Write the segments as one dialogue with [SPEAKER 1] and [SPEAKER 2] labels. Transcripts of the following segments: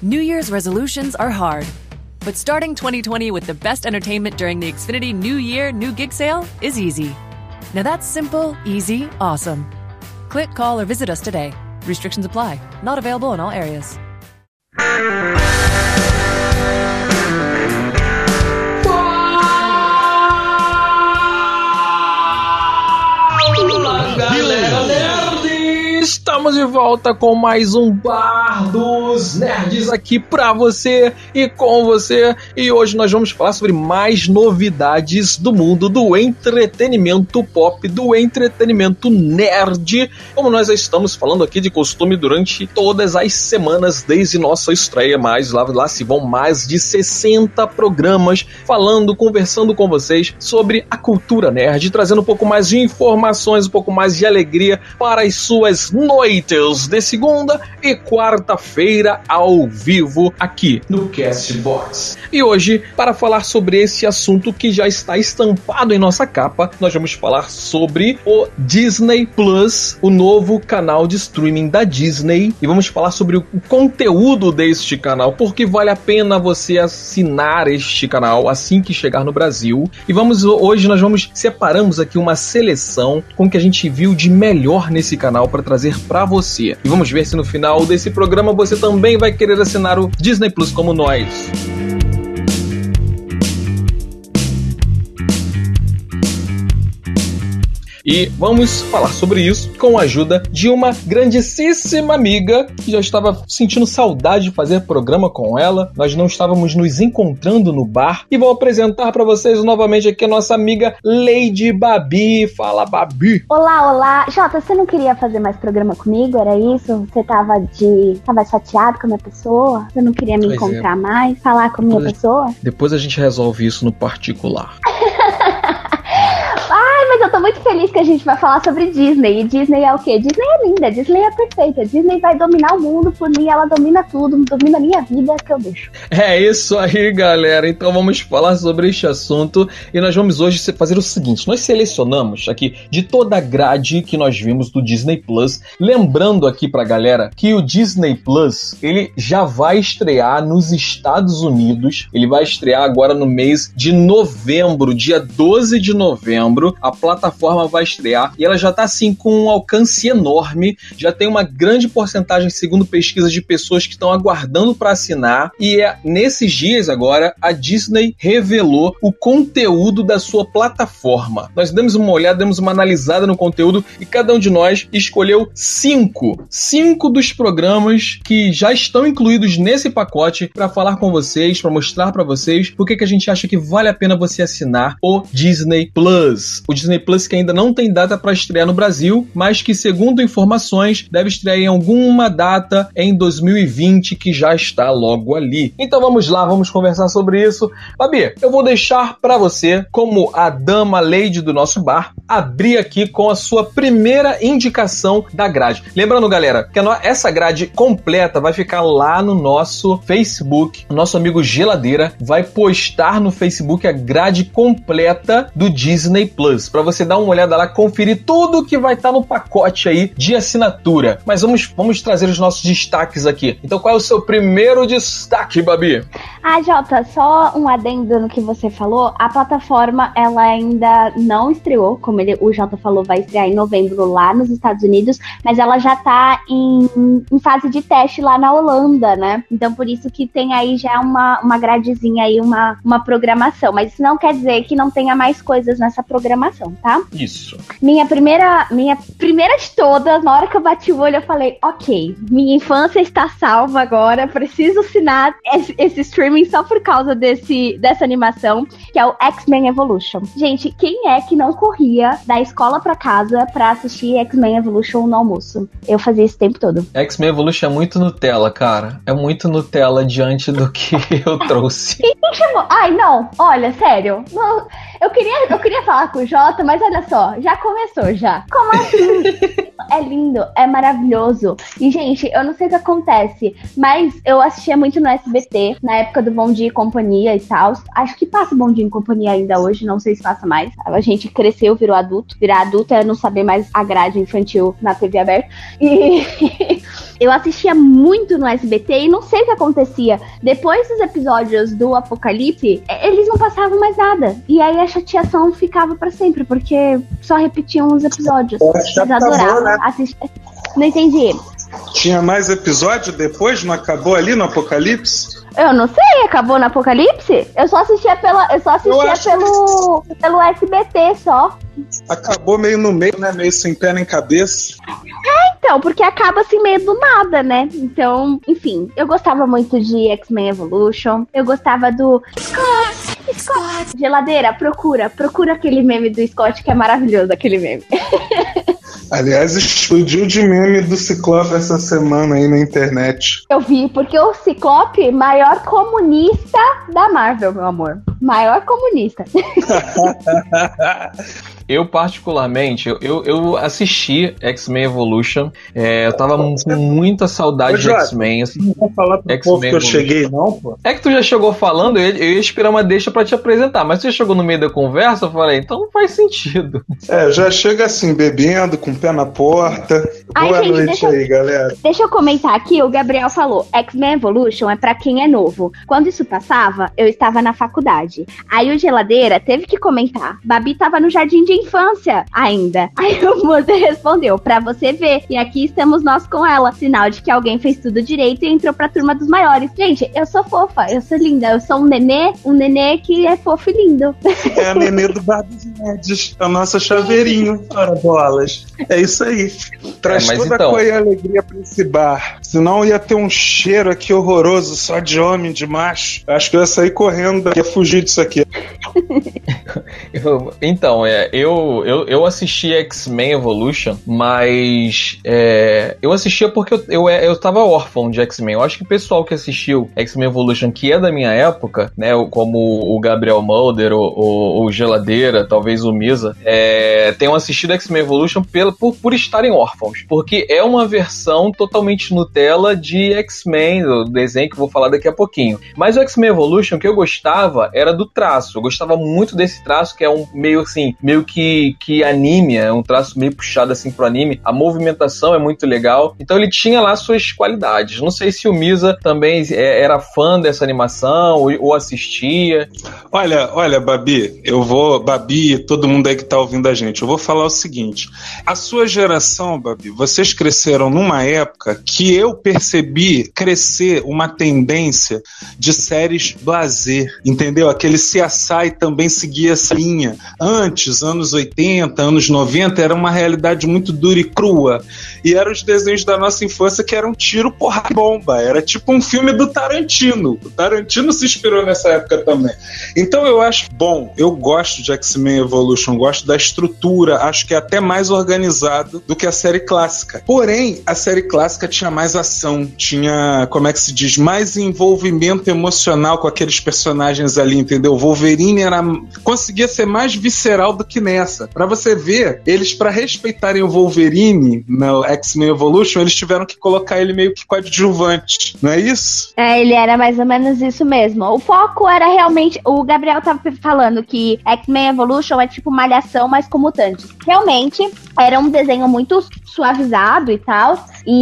[SPEAKER 1] New Year's resolutions are hard, but starting 2020 with the best entertainment during the Xfinity New Year, New Gig Sale is easy. Now that's simple, easy, awesome. Click, call, or visit us today. Restrictions apply. Not available in all areas.
[SPEAKER 2] Estamos de volta com mais um Bar dos Nerds aqui pra você e com você. E hoje nós vamos falar sobre mais novidades do mundo do entretenimento pop, do entretenimento nerd, como nós já estamos falando aqui de costume durante todas as semanas desde nossa estreia. Mas lá se vão mais de 60 programas falando, conversando com vocês sobre a cultura nerd, trazendo um pouco mais de informações, um pouco mais de alegria para as suas noites de segunda e quarta-feira ao vivo aqui no Castbox. E hoje, para falar sobre esse assunto que já está estampado em nossa capa, nós vamos falar sobre o Disney Plus, o novo canal de streaming da Disney, e vamos falar sobre o conteúdo deste canal, porque vale a pena você assinar este canal assim que chegar no Brasil. E hoje nós separamos aqui uma seleção com o que a gente viu de melhor nesse canal para trazer para você. E vamos ver se no final desse programa você também vai querer assinar o Disney Plus como nós. E vamos falar sobre isso com a ajuda de uma grandíssima amiga que já estava sentindo saudade de fazer programa com ela. Nós não estávamos nos encontrando no bar. E vou apresentar para vocês novamente aqui a nossa amiga Lady Babi. Fala, Babi!
[SPEAKER 3] Olá! Jota, você não queria fazer mais programa comigo? Era isso? Você tava chateado com a minha pessoa? Você não queria me encontrar mais? Falar com a minha pessoa?
[SPEAKER 2] Depois a gente resolve isso no particular.
[SPEAKER 3] Mas eu tô muito feliz que a gente vai falar sobre Disney. E Disney é o quê? Disney é linda, Disney é perfeita. Disney vai dominar o mundo por mim, ela domina tudo, domina a minha vida, que eu deixo.
[SPEAKER 2] É isso aí, galera. Então vamos falar sobre este assunto. E nós vamos hoje fazer o seguinte: nós selecionamos aqui de toda a grade que nós vimos do Disney Plus. Lembrando aqui pra galera que o Disney Plus, ele já vai estrear nos Estados Unidos. Ele vai estrear agora no mês de novembro, dia 12 de novembro. A plataforma vai estrear e ela já está assim com um alcance enorme, já tem uma grande porcentagem, segundo pesquisas, de pessoas que estão aguardando para assinar. E nesses dias agora a Disney revelou o conteúdo da sua plataforma. Nós demos uma olhada, demos uma analisada no conteúdo e cada um de nós escolheu cinco dos programas que já estão incluídos nesse pacote para falar com vocês, para mostrar para vocês por que a gente acha que vale a pena você assinar o Disney Plus. O Disney Plus que ainda não tem data para estrear no Brasil, mas que, segundo informações, deve estrear em alguma data em 2020, que já está logo ali. Então vamos lá, vamos conversar sobre isso. Babi, eu vou deixar para você, como a dama lady do nosso bar, abrir aqui com a sua primeira indicação da grade. Lembrando, galera, que essa grade completa vai ficar lá no nosso Facebook. O nosso amigo Geladeira vai postar no Facebook a grade completa do Disney Plus, para você dar uma olhada lá, conferir tudo que vai estar no pacote aí de assinatura. Mas vamos trazer os nossos destaques aqui. Então qual é o seu primeiro destaque, Babi?
[SPEAKER 3] Jota, só um adendo no que você falou. A plataforma, ela ainda não estreou, como o Jota falou, vai estrear em novembro lá nos Estados Unidos, mas ela já tá em fase de teste lá na Holanda, né? Então por isso que tem aí já uma gradezinha aí, uma programação. Mas isso não quer dizer que não tenha mais coisas nessa programação, tá?
[SPEAKER 2] Isso.
[SPEAKER 3] Minha primeira de todas, na hora que eu bati o olho, eu falei, ok, minha infância está salva agora, preciso assinar esse streaming só por causa dessa animação, que é o X-Men Evolution. Gente, quem é que não corria da escola pra casa pra assistir X-Men Evolution no almoço? Eu fazia isso o tempo todo.
[SPEAKER 2] X-Men Evolution é muito Nutella, cara. É muito Nutella diante do que eu trouxe.
[SPEAKER 3] Quem chamou? Ai, não. Olha, sério. Não, eu queria falar com o Jota, mas olha só, já começou já. Como assim? É lindo, é maravilhoso. E, gente, eu não sei o que acontece, mas eu assistia muito no SBT, na época do Bom Dia e Companhia e tal. Acho que passa Bom Dia e Companhia ainda hoje, não sei se passa mais. A gente cresceu, virou adulto. Virar adulto é não saber mais a grade infantil na TV aberta. eu assistia muito no SBT e não sei o que acontecia. Depois dos episódios do Apocalipse, eles não passavam mais nada. E aí a chateação ficava pra sempre, porque só repetiam os episódios. Eles adoravam, né? Assistir. Não entendi.
[SPEAKER 4] Tinha mais episódio depois? Não acabou ali no Apocalipse?
[SPEAKER 3] Eu não sei, acabou no Apocalipse? Eu só assistia pelo SBT só.
[SPEAKER 4] Acabou meio no meio, né? Meio sem pé nem cabeça.
[SPEAKER 3] Então, porque acaba assim meio do nada, né? Então, enfim, eu gostava muito de X-Men Evolution. Eu gostava do Scott. Geladeira, procura aquele meme do Scott, que é maravilhoso, aquele meme.
[SPEAKER 4] Aliás, explodiu de meme do Ciclope essa semana aí na internet.
[SPEAKER 3] Eu vi, porque o Ciclope, maior comunista da Marvel, meu amor. Maior comunista.
[SPEAKER 2] Eu, particularmente, eu assisti X-Men Evolution. Eu tava com muita saudade de X-Men. Assim,
[SPEAKER 4] não vou falar pro povo que eu cheguei, não, pô.
[SPEAKER 2] É que tu já chegou falando, eu ia esperar uma deixa pra te apresentar. Mas você chegou no meio da conversa, eu falei, então não faz sentido.
[SPEAKER 4] Já chega assim, bebendo, com o pé na porta. Boa noite aí, galera.
[SPEAKER 3] Deixa eu comentar aqui, o Gabriel falou, X-Men Evolution é pra quem é novo. Quando isso passava, eu estava na faculdade. Aí o Geladeira teve que comentar, Babi tava no jardim de infância ainda. Aí o Mozer respondeu, pra você ver, e aqui estamos nós com ela, sinal de que alguém fez tudo direito e entrou pra turma dos maiores. Gente, eu sou fofa, eu sou linda, eu sou um nenê que é fofo e lindo.
[SPEAKER 4] É a nenê do Bar dos Nerds, é o nosso chaveirinho, ora bolas. É isso aí. Traz toda a cor e alegria pra esse bar. Senão ia ter um cheiro aqui horroroso, só de homem, de macho. Acho que eu ia sair correndo daqui, ia fugir disso aqui.
[SPEAKER 2] Eu assisti X-Men Evolution, mas eu assistia porque eu tava órfão de X-Men. Eu acho que o pessoal que assistiu X-Men Evolution, que é da minha época, né, como o Gabriel Mulder, o Geladeira, talvez o Misa, tenham assistido X-Men Evolution por estarem órfãos, porque é uma versão totalmente Nutella de X-Men, do desenho que eu vou falar daqui a pouquinho. Mas o X-Men Evolution, que eu gostava era do traço. Eu gostava muito desse traço, que é um meio que anime, é um traço meio puxado assim pro anime. A movimentação é muito legal, então ele tinha lá suas qualidades. Não sei se o Misa também era fã dessa animação ou assistia.
[SPEAKER 4] Olha, Babi, Babi, todo mundo aí que tá ouvindo a gente, eu vou falar o seguinte: a sua geração, Babi, vocês cresceram numa época que eu percebi crescer uma tendência de séries blasé, entendeu? Aquele CSI também seguia essa linha. Antes, anos 80, anos 90, era uma realidade muito dura e crua. E eram os desenhos da nossa infância que eram tiro, porra, bomba. Era tipo um filme do Tarantino. O Tarantino se inspirou nessa época também. Então eu acho bom. Eu gosto de X-Men Evolution, gosto da estrutura, acho que é até mais organizado do que a série clássica. Porém, a série clássica tinha mais ação, tinha, como é que se diz, mais envolvimento emocional com aqueles personagens ali, entendeu? O Wolverine conseguia ser mais visceral do que nessa. Pra você ver, eles, pra respeitarem o Wolverine no X-Men Evolution, eles tiveram que colocar ele meio que coadjuvante, não é isso?
[SPEAKER 3] Ele era mais ou menos isso mesmo. O foco era realmente, o Gabriel tava falando que X-Men Evolution é tipo Malhação, mas com mutantes. Realmente, era um desenho muito suavizado e tal,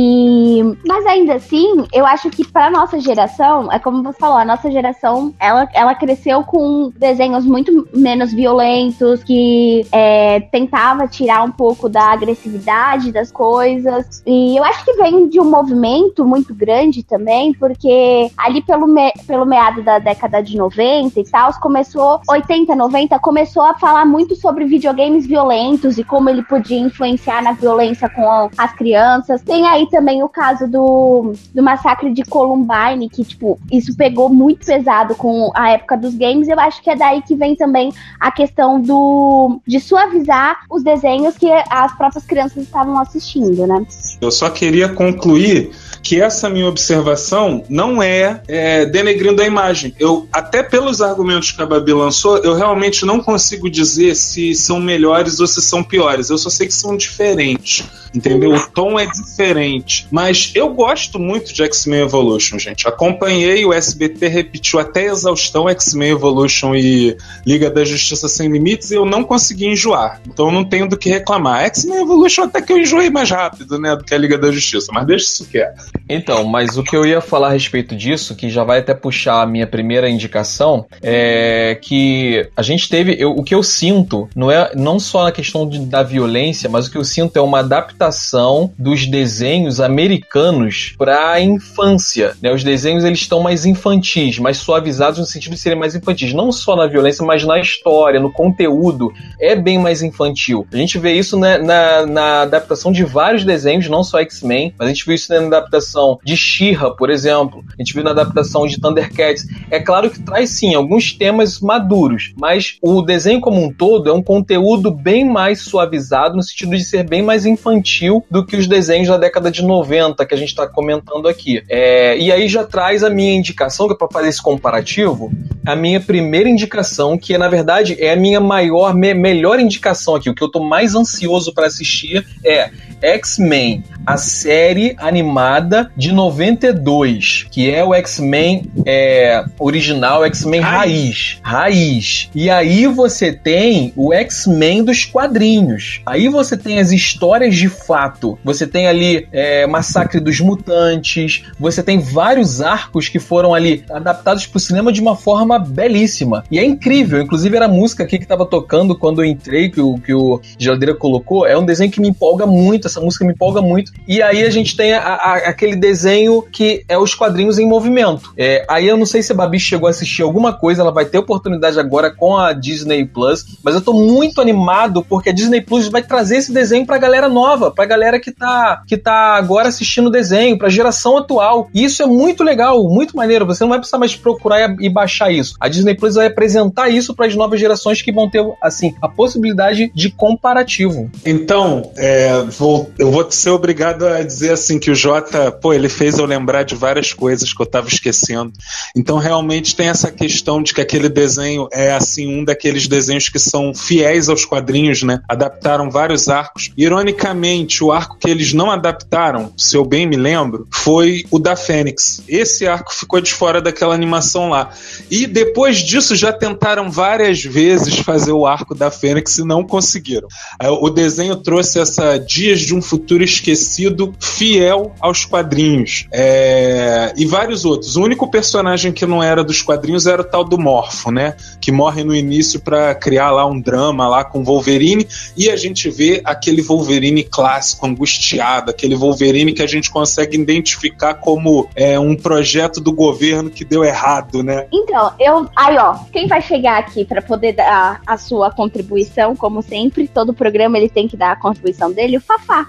[SPEAKER 3] mas ainda assim, eu acho que pra nossa geração, é como você falou, a nossa geração, ela cresceu com desenhos muito menos violentos, que tentava tirar um pouco da agressividade das coisas, e eu acho que vem de um movimento muito grande também, porque ali pelo meado da década de 90 e tal, começou, 80, 90, começou a falar muito sobre videogames violentos e como ele podia influenciar na violência com as crianças. Tem aí também o caso do massacre de Columbine, que, tipo, isso pegou muito pesado com a época dos games. Eu acho que é daí que vem também a questão de suavizar os desenhos que as próprias crianças estavam assistindo, né?
[SPEAKER 4] Eu só queria concluir que essa minha observação não é denegrindo a imagem. Até pelos argumentos que a Babi lançou, eu realmente não consigo dizer se são melhores ou se são piores. Eu só sei que são diferentes, entendeu? O tom é diferente. Mas eu gosto muito de X-Men Evolution, gente. Acompanhei, o SBT repetiu até exaustão X-Men Evolution e Liga da Justiça Sem Limites e eu não consegui enjoar. Então eu não tenho do que reclamar. X-Men Evolution até que eu enjoei mais rápido, né, do que a Liga da Justiça, mas deixa isso quieto.
[SPEAKER 2] Então, mas o que eu ia falar a respeito disso, que já vai até puxar a minha primeira indicação, é que a gente teve... o que eu sinto não só na questão da violência, mas o que eu sinto é uma adaptação dos desenhos americanos para a infância, né? Os desenhos, eles estão mais infantis, mais suavizados no sentido de serem mais infantis, não só na violência, mas na história, no conteúdo, é bem mais infantil. A gente vê isso na adaptação de vários desenhos, não só X-Men, mas a gente viu isso na adaptação de She-Ra, por exemplo, a gente viu na adaptação de Thundercats. É claro que traz, sim, alguns temas maduros, mas o desenho como um todo é um conteúdo bem mais suavizado, no sentido de ser bem mais infantil do que os desenhos da década de 90, que a gente está comentando aqui. E aí já traz a minha indicação, que é para fazer esse comparativo, a minha primeira indicação, que na verdade é a minha melhor indicação aqui, o que eu tô mais ansioso para assistir é X-Men, a série animada de 92, que é o X-Men original, X-Men Raiz. E aí você tem o X-Men dos quadrinhos. Aí você tem as histórias de fato. Você tem ali Massacre dos Mutantes, você tem vários arcos que foram ali adaptados pro cinema de uma forma belíssima. E é incrível, inclusive era a música aqui que tava tocando quando eu entrei, que o Geladeira colocou, é um desenho que me empolga muito, essa música me empolga muito. E aí a gente tem aquele desenho que é os quadrinhos em movimento. Aí eu não sei se a Babi chegou a assistir alguma coisa, ela vai ter oportunidade agora com a Disney Plus, mas eu tô muito animado porque a Disney Plus vai trazer esse desenho pra galera nova, pra galera que tá agora assistindo o desenho, pra geração atual. E isso é muito legal, muito maneiro. Você não vai precisar mais procurar e baixar isso. A Disney Plus vai apresentar isso para as novas gerações que vão ter, assim, a possibilidade de comparativo.
[SPEAKER 4] Então, eu vou ser obrigado a dizer assim que o Jota, ele fez eu lembrar de várias coisas que eu tava esquecendo. Então, realmente tem essa questão de que aquele desenho é, assim, um daqueles desenhos que são fiéis aos quadrinhos, né? Adaptaram vários arcos. Ironicamente, o arco que eles não adaptaram, se eu bem me lembro, foi o da Fênix. Esse arco ficou de fora daquela animação lá. E depois disso já tentaram várias vezes fazer o arco da Fênix e não conseguiram. O desenho trouxe essa Dias de um Futuro Esquecido fiel aos quadrinhos. E vários outros. O único personagem que não era dos quadrinhos era o tal do Morpho, né? Que morre no início para criar lá um drama lá com o Wolverine, e a gente vê aquele Wolverine clássico, angustiado, aquele Wolverine que a gente consegue identificar como um projeto do governo que deu errado, né?
[SPEAKER 3] Então, quem vai chegar aqui para poder dar a sua contribuição, como sempre, todo programa ele tem que dar a contribuição dele, o Fafá.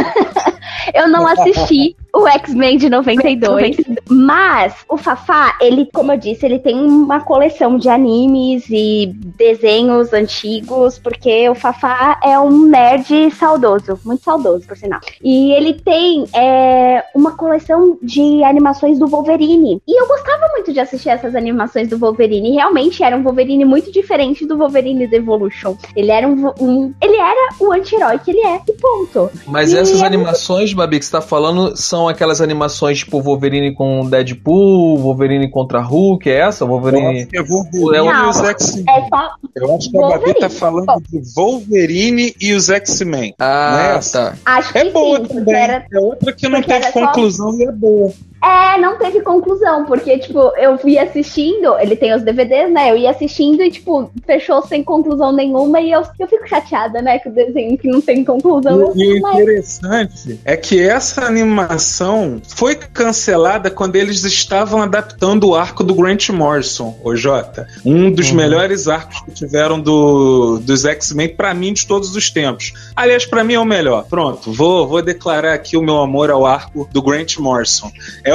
[SPEAKER 3] Eu não assisti o X-Men de 92, mas o Fafá, ele, como eu disse, ele tem uma coleção de animes e desenhos antigos, porque o Fafá é um nerd saudoso, muito saudoso, por sinal. E ele tem uma coleção de animações do Wolverine. E eu gostava muito de assistir essas animações do Wolverine. Realmente era um Wolverine muito diferente do Wolverine The Evolution. Ele era ele era o anti-herói que ele é, e ponto.
[SPEAKER 2] Mas essas animações, Babi, que você tá falando, são aquelas animações tipo Wolverine com Deadpool, Wolverine contra Hulk, é essa? Wolverine...
[SPEAKER 4] É Wolverine e os X-Men. Eu acho que a Babi tá falando de Wolverine e os X-Men.
[SPEAKER 2] Tá.
[SPEAKER 3] Acho que
[SPEAKER 4] boa
[SPEAKER 3] sim,
[SPEAKER 4] também. É outra que não teve conclusão e é boa.
[SPEAKER 3] Não teve conclusão, porque, eu fui assistindo, ele tem os DVDs, né, eu ia assistindo e, fechou sem conclusão nenhuma, e eu fico chateada, né, com o desenho que não tem conclusão.
[SPEAKER 4] E o interessante é que essa animação foi cancelada quando eles estavam adaptando o arco do Grant Morrison, o Jota. Um dos melhores arcos que tiveram dos X-Men, pra mim, de todos os tempos. Aliás, pra mim é o melhor. Pronto, vou declarar aqui o meu amor ao arco do Grant Morrison.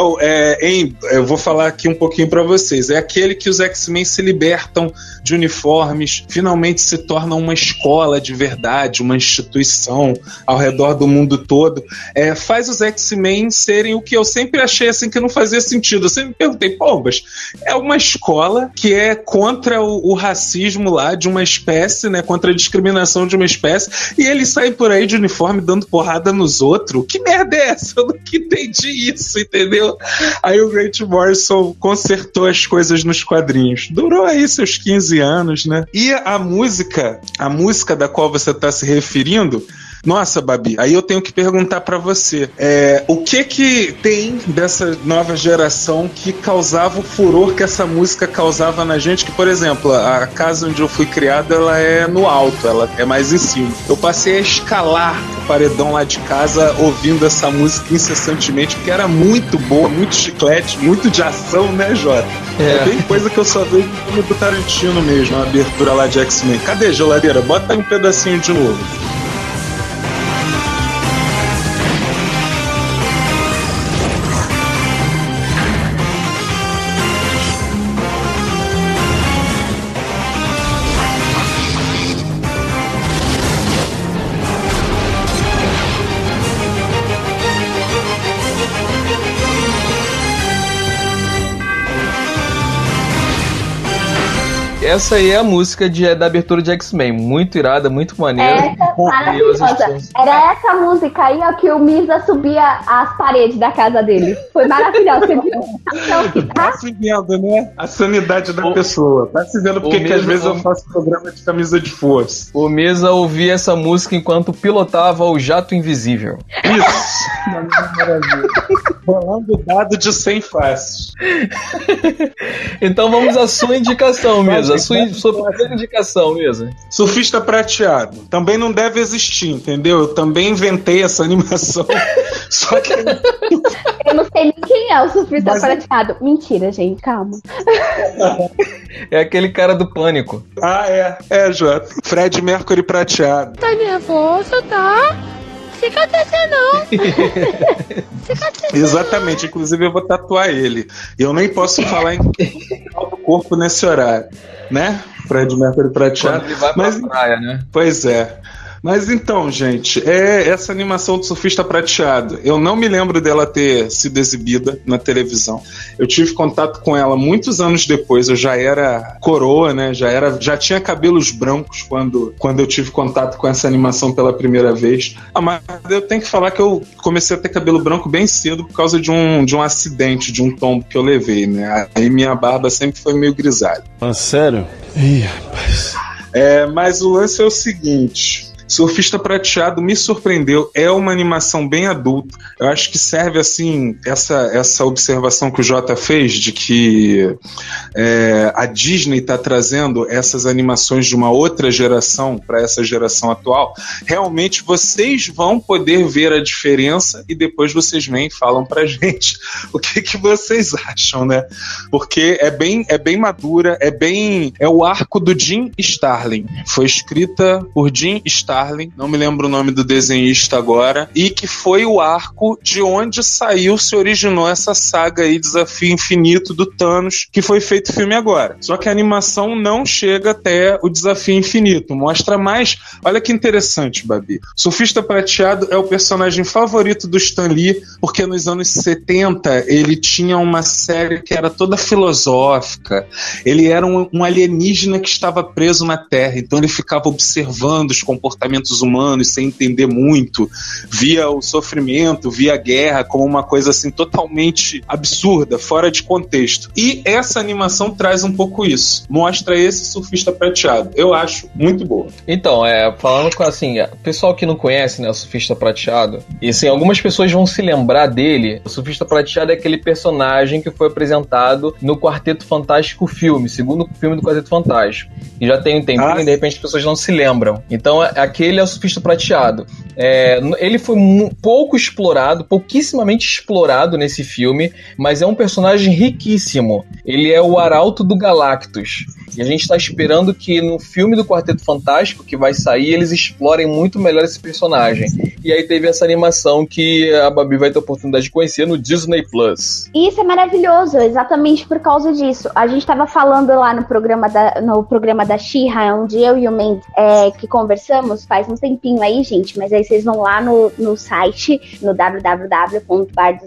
[SPEAKER 4] Eu vou falar aqui um pouquinho pra vocês. É aquele que os X-Men se libertam de uniformes, finalmente se tornam uma escola de verdade, uma instituição ao redor do mundo todo. Faz os X-Men serem o que eu sempre achei assim que não fazia sentido. Eu sempre me perguntei, mas é uma escola que é contra o racismo lá de uma espécie, né? Contra a discriminação de uma espécie, e eles saem por aí de uniforme dando porrada nos outros. Que merda é essa? Eu nunca entendi isso, entendeu? Aí o Grant Morrison consertou as coisas nos quadrinhos. Durou aí seus 15 anos, né? E a música da qual você está se referindo Nossa, Babi, aí eu tenho que perguntar pra você, o que tem dessa nova geração que causava o furor que essa música causava na gente? Que, por exemplo, a casa onde eu fui criado, ela é no alto, ela é mais em cima. Eu passei a escalar o paredão lá de casa ouvindo essa música incessantemente, porque era muito boa, muito chiclete, muito de ação, né, Jota? É bem coisa que eu só vejo no filme do Tarantino mesmo, a abertura lá de X-Men. Cadê, geladeira? Bota aí um pedacinho de novo.
[SPEAKER 2] Essa aí é a música da abertura de X-Men. Muito irada, muito maneira.
[SPEAKER 3] Essa maravilhosa. Era essa música aí, ó, que o Misa subia as paredes da casa dele. Foi maravilhoso. Você viu?
[SPEAKER 4] Tá se vendo, né? A sanidade da pessoa. Tá se vendo porque que às vezes eu faço programa de camisa de força.
[SPEAKER 2] O Misa ouvia essa música enquanto pilotava o jato invisível.
[SPEAKER 4] Isso! Maravilha. Rolando dado de 100 faces.
[SPEAKER 2] Então vamos à sua indicação, Misa. Sua primeira indicação, Misa.
[SPEAKER 4] Surfista Prateado. Também não deve existir, entendeu? Eu também inventei essa animação. Só que...
[SPEAKER 3] Eu não sei nem quem é o Surfista Prateado. Mentira, gente, calma.
[SPEAKER 2] É aquele cara do Pânico.
[SPEAKER 4] Ah, é, Jota. Fred Mercury Prateado.
[SPEAKER 5] Tá nervoso, tá? Fica até não.
[SPEAKER 4] Exatamente, inclusive eu vou tatuar ele. Eu nem posso falar em do corpo nesse horário, né? Fred Mercury Prateado.
[SPEAKER 2] Quando ele vai pra praia, né?
[SPEAKER 4] Pois é. Mas então, gente, essa animação do Surfista Prateado, eu não me lembro dela ter sido exibida na televisão. Eu tive contato com ela muitos anos depois, eu já era coroa, né? Já tinha cabelos brancos quando eu tive contato com essa animação pela primeira vez. Mas eu tenho que falar que eu comecei a ter cabelo branco bem cedo por causa de um acidente, de um tombo que eu levei, né? Aí minha barba sempre foi meio grisalha.
[SPEAKER 6] Ah, sério? Ih, rapaz.
[SPEAKER 4] Mas o lance é o seguinte... Surfista Prateado me surpreendeu, é uma animação bem adulta. Eu acho que serve assim, essa observação que o Jota fez de que a Disney está trazendo essas animações de uma outra geração para essa geração atual. Realmente vocês vão poder ver a diferença e depois vocês vêm e falam pra gente o que vocês acham, né? Porque é bem madura, é o arco do Jim Starlin. Foi escrita por Jim Starlin, não me lembro o nome do desenhista agora, e que foi o arco de onde se originou essa saga aí, Desafio Infinito do Thanos, que foi feito o filme agora. Só que a animação não chega até o Desafio Infinito, mostra mais. Olha que interessante, Babi. Surfista Prateado é o personagem favorito do Stan Lee, porque nos anos 70 ele tinha uma série que era toda filosófica. Ele era um alienígena que estava preso na Terra, então ele ficava observando os comportamentos humanos sem entender muito, via o sofrimento, via a guerra como uma coisa assim totalmente absurda, fora de contexto. E essa animação traz um pouco isso, mostra esse Surfista Prateado. Eu acho muito boa.
[SPEAKER 2] Então, falando com assim, pessoal que não conhece, né, o Surfista Prateado, e assim, algumas pessoas vão se lembrar dele. O Surfista Prateado é aquele personagem que foi apresentado no Quarteto Fantástico filme, segundo filme do Quarteto Fantástico, e já tem um tempinho e de repente as pessoas não se lembram. Então, aquele é o Surfista Prateado. Ele foi pouquíssimamente explorado nesse filme, mas é um personagem riquíssimo. Ele é o Arauto do Galactus. E a gente está esperando que no filme do Quarteto Fantástico, que vai sair, eles explorem muito melhor esse personagem. E aí teve essa animação que a Babi vai ter a oportunidade de conhecer no Disney Plus.
[SPEAKER 3] Isso é maravilhoso, exatamente por causa disso. A gente estava falando lá no programa da She-Ra, onde eu e o Mendes que conversamos faz um tempinho aí, gente, mas aí vocês vão lá no site, no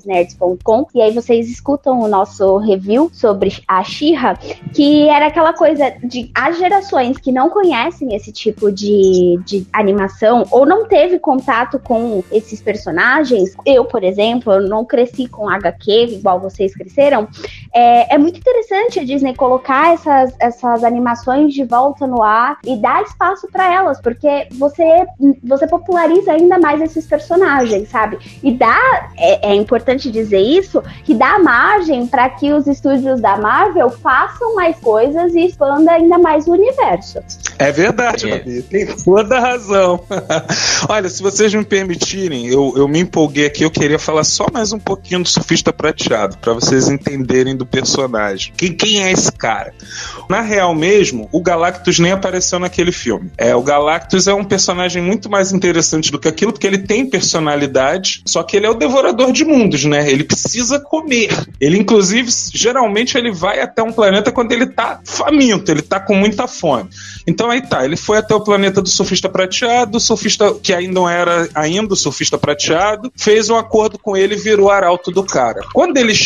[SPEAKER 3] www.bardosnerds.com, e aí vocês escutam o nosso review sobre a She-Ra, que era aquela coisa coisa de as gerações que não conhecem esse tipo de animação ou não teve contato com esses personagens. Eu, por exemplo, eu não cresci com HQ igual vocês cresceram. É muito interessante a Disney colocar essas animações de volta no ar e dar espaço para elas, porque você populariza ainda mais esses personagens, sabe? E é importante dizer isso, que dá margem para que os estúdios da Marvel façam mais coisas e expanda ainda mais o universo.
[SPEAKER 4] É verdade, Babi, tem toda a razão. Olha, se vocês me permitirem, eu me empolguei aqui, eu queria falar só mais um pouquinho do Surfista Prateado, para vocês entenderem do personagem. Quem é esse cara? Na real mesmo, o Galactus nem apareceu naquele filme. O Galactus é um personagem muito mais interessante do que aquilo, porque ele tem personalidade, só que ele é o devorador de mundos, né? Ele precisa comer. Ele, inclusive, geralmente ele vai até um planeta quando ele tá faminto, ele tá com muita fome. Então aí tá, ele foi até o planeta do Surfista Prateado, o surfista, que ainda não era o Surfista Prateado, fez um acordo com ele e virou arauto do cara. Quando eles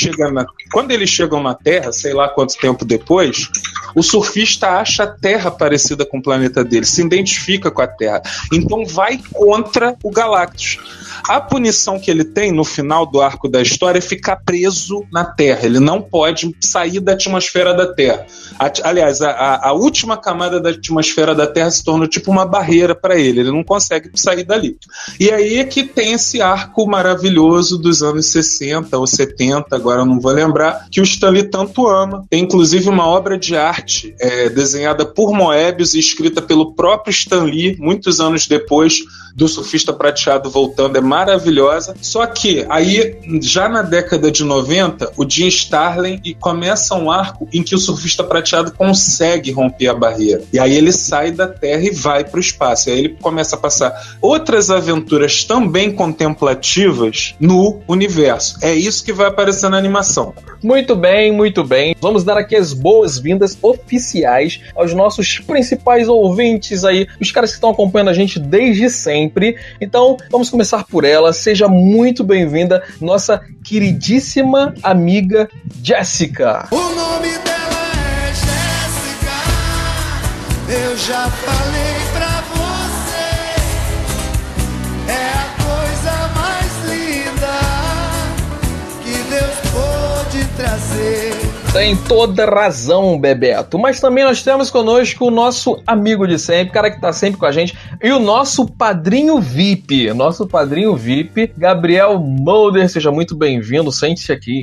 [SPEAKER 4] chegam na Terra, sei lá quanto tempo depois, o surfista acha a Terra parecida com o planeta dele, se identifica com a Terra, então vai contra o Galactus. A punição que ele tem no final do arco da história é ficar preso na Terra. Ele não pode sair da atmosfera da Terra. Aliás, a última camada da atmosfera da Terra se tornou tipo uma barreira para ele. Ele não consegue sair dali. E aí é que tem esse arco maravilhoso dos anos 60 ou 70, agora eu não vou lembrar, que o Stan Lee tanto ama. Tem inclusive uma obra de arte desenhada por Moebius e escrita pelo próprio Stan Lee, muitos anos depois do Surfista Prateado voltando, é maravilhosa. Só que aí, já na década de 90, o Jim Starlin começa um arco em que o Surfista Prateado consegue romper a barreira. E aí ele sai da Terra e vai para o espaço. E aí ele começa a passar outras aventuras também contemplativas no universo. É isso que vai aparecer na animação.
[SPEAKER 2] Muito bem, muito bem. Vamos dar aqui as boas-vindas oficiais aos nossos principais ouvintes aí, os caras que estão acompanhando a gente desde sempre. Então, vamos começar por ela. Seja muito bem-vinda, nossa queridíssima amiga Jéssica.
[SPEAKER 7] O nome dela é Jéssica. Eu já falei pra você. É a coisa mais linda que Deus pôde trazer.
[SPEAKER 2] Tem toda razão, Bebeto. Mas também nós temos conosco o nosso amigo de sempre, cara que tá sempre com a gente, e o nosso padrinho VIP. Nosso padrinho VIP, Gabriel Mulder. Seja muito bem-vindo, sente-se aqui.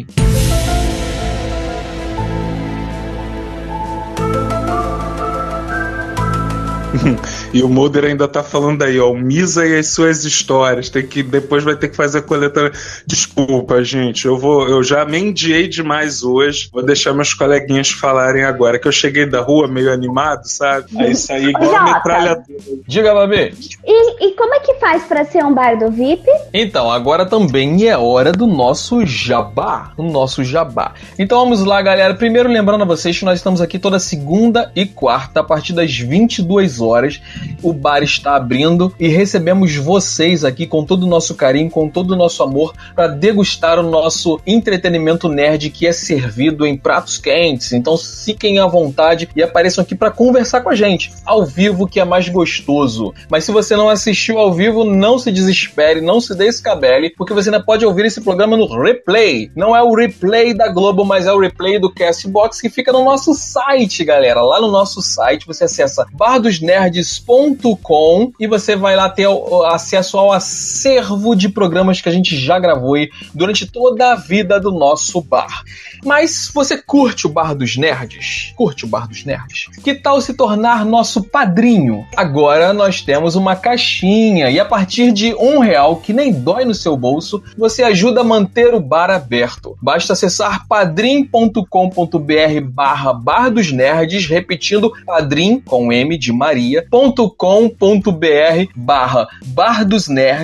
[SPEAKER 4] E o Mulder ainda tá falando aí, ó, o Misa e as suas histórias, depois vai ter que fazer a coleta. Desculpa, gente, eu já mendiei demais hoje, vou deixar meus coleguinhas falarem agora, que eu cheguei da rua meio animado, sabe? Aí saí igual a metralhadora.
[SPEAKER 2] Diga, Babi.
[SPEAKER 3] E como é que faz pra ser um bardo VIP?
[SPEAKER 2] Então, agora também é hora do nosso jabá. Então vamos lá, galera. Primeiro, lembrando a vocês que nós estamos aqui toda segunda e quarta, a partir das 22 horas. O bar está abrindo e recebemos vocês aqui com todo o nosso carinho, com todo o nosso amor, para degustar o nosso entretenimento nerd que é servido em pratos quentes. Então fiquem à vontade e apareçam aqui para conversar com a gente, ao vivo, que é mais gostoso. Mas se você não assistiu ao vivo, não se desespere, não se descabele, porque você ainda pode ouvir esse programa no replay. Não é o replay da Globo, mas é o replay do Castbox, que fica no nosso site, galera. Lá no nosso site você acessa bardosnerds.com e você vai lá ter acesso ao acervo de programas que a gente já gravou aí durante toda a vida do nosso bar. Mas você curte o Bar dos Nerds? Que tal se tornar nosso padrinho? Agora nós temos uma caixinha e a partir de R$1, que nem dói no seu bolso, você ajuda a manter o bar aberto. Basta acessar padrim.com.br/Bar dos Nerds, repetindo padrim com M de Maria.com.br/Bar dos Nerds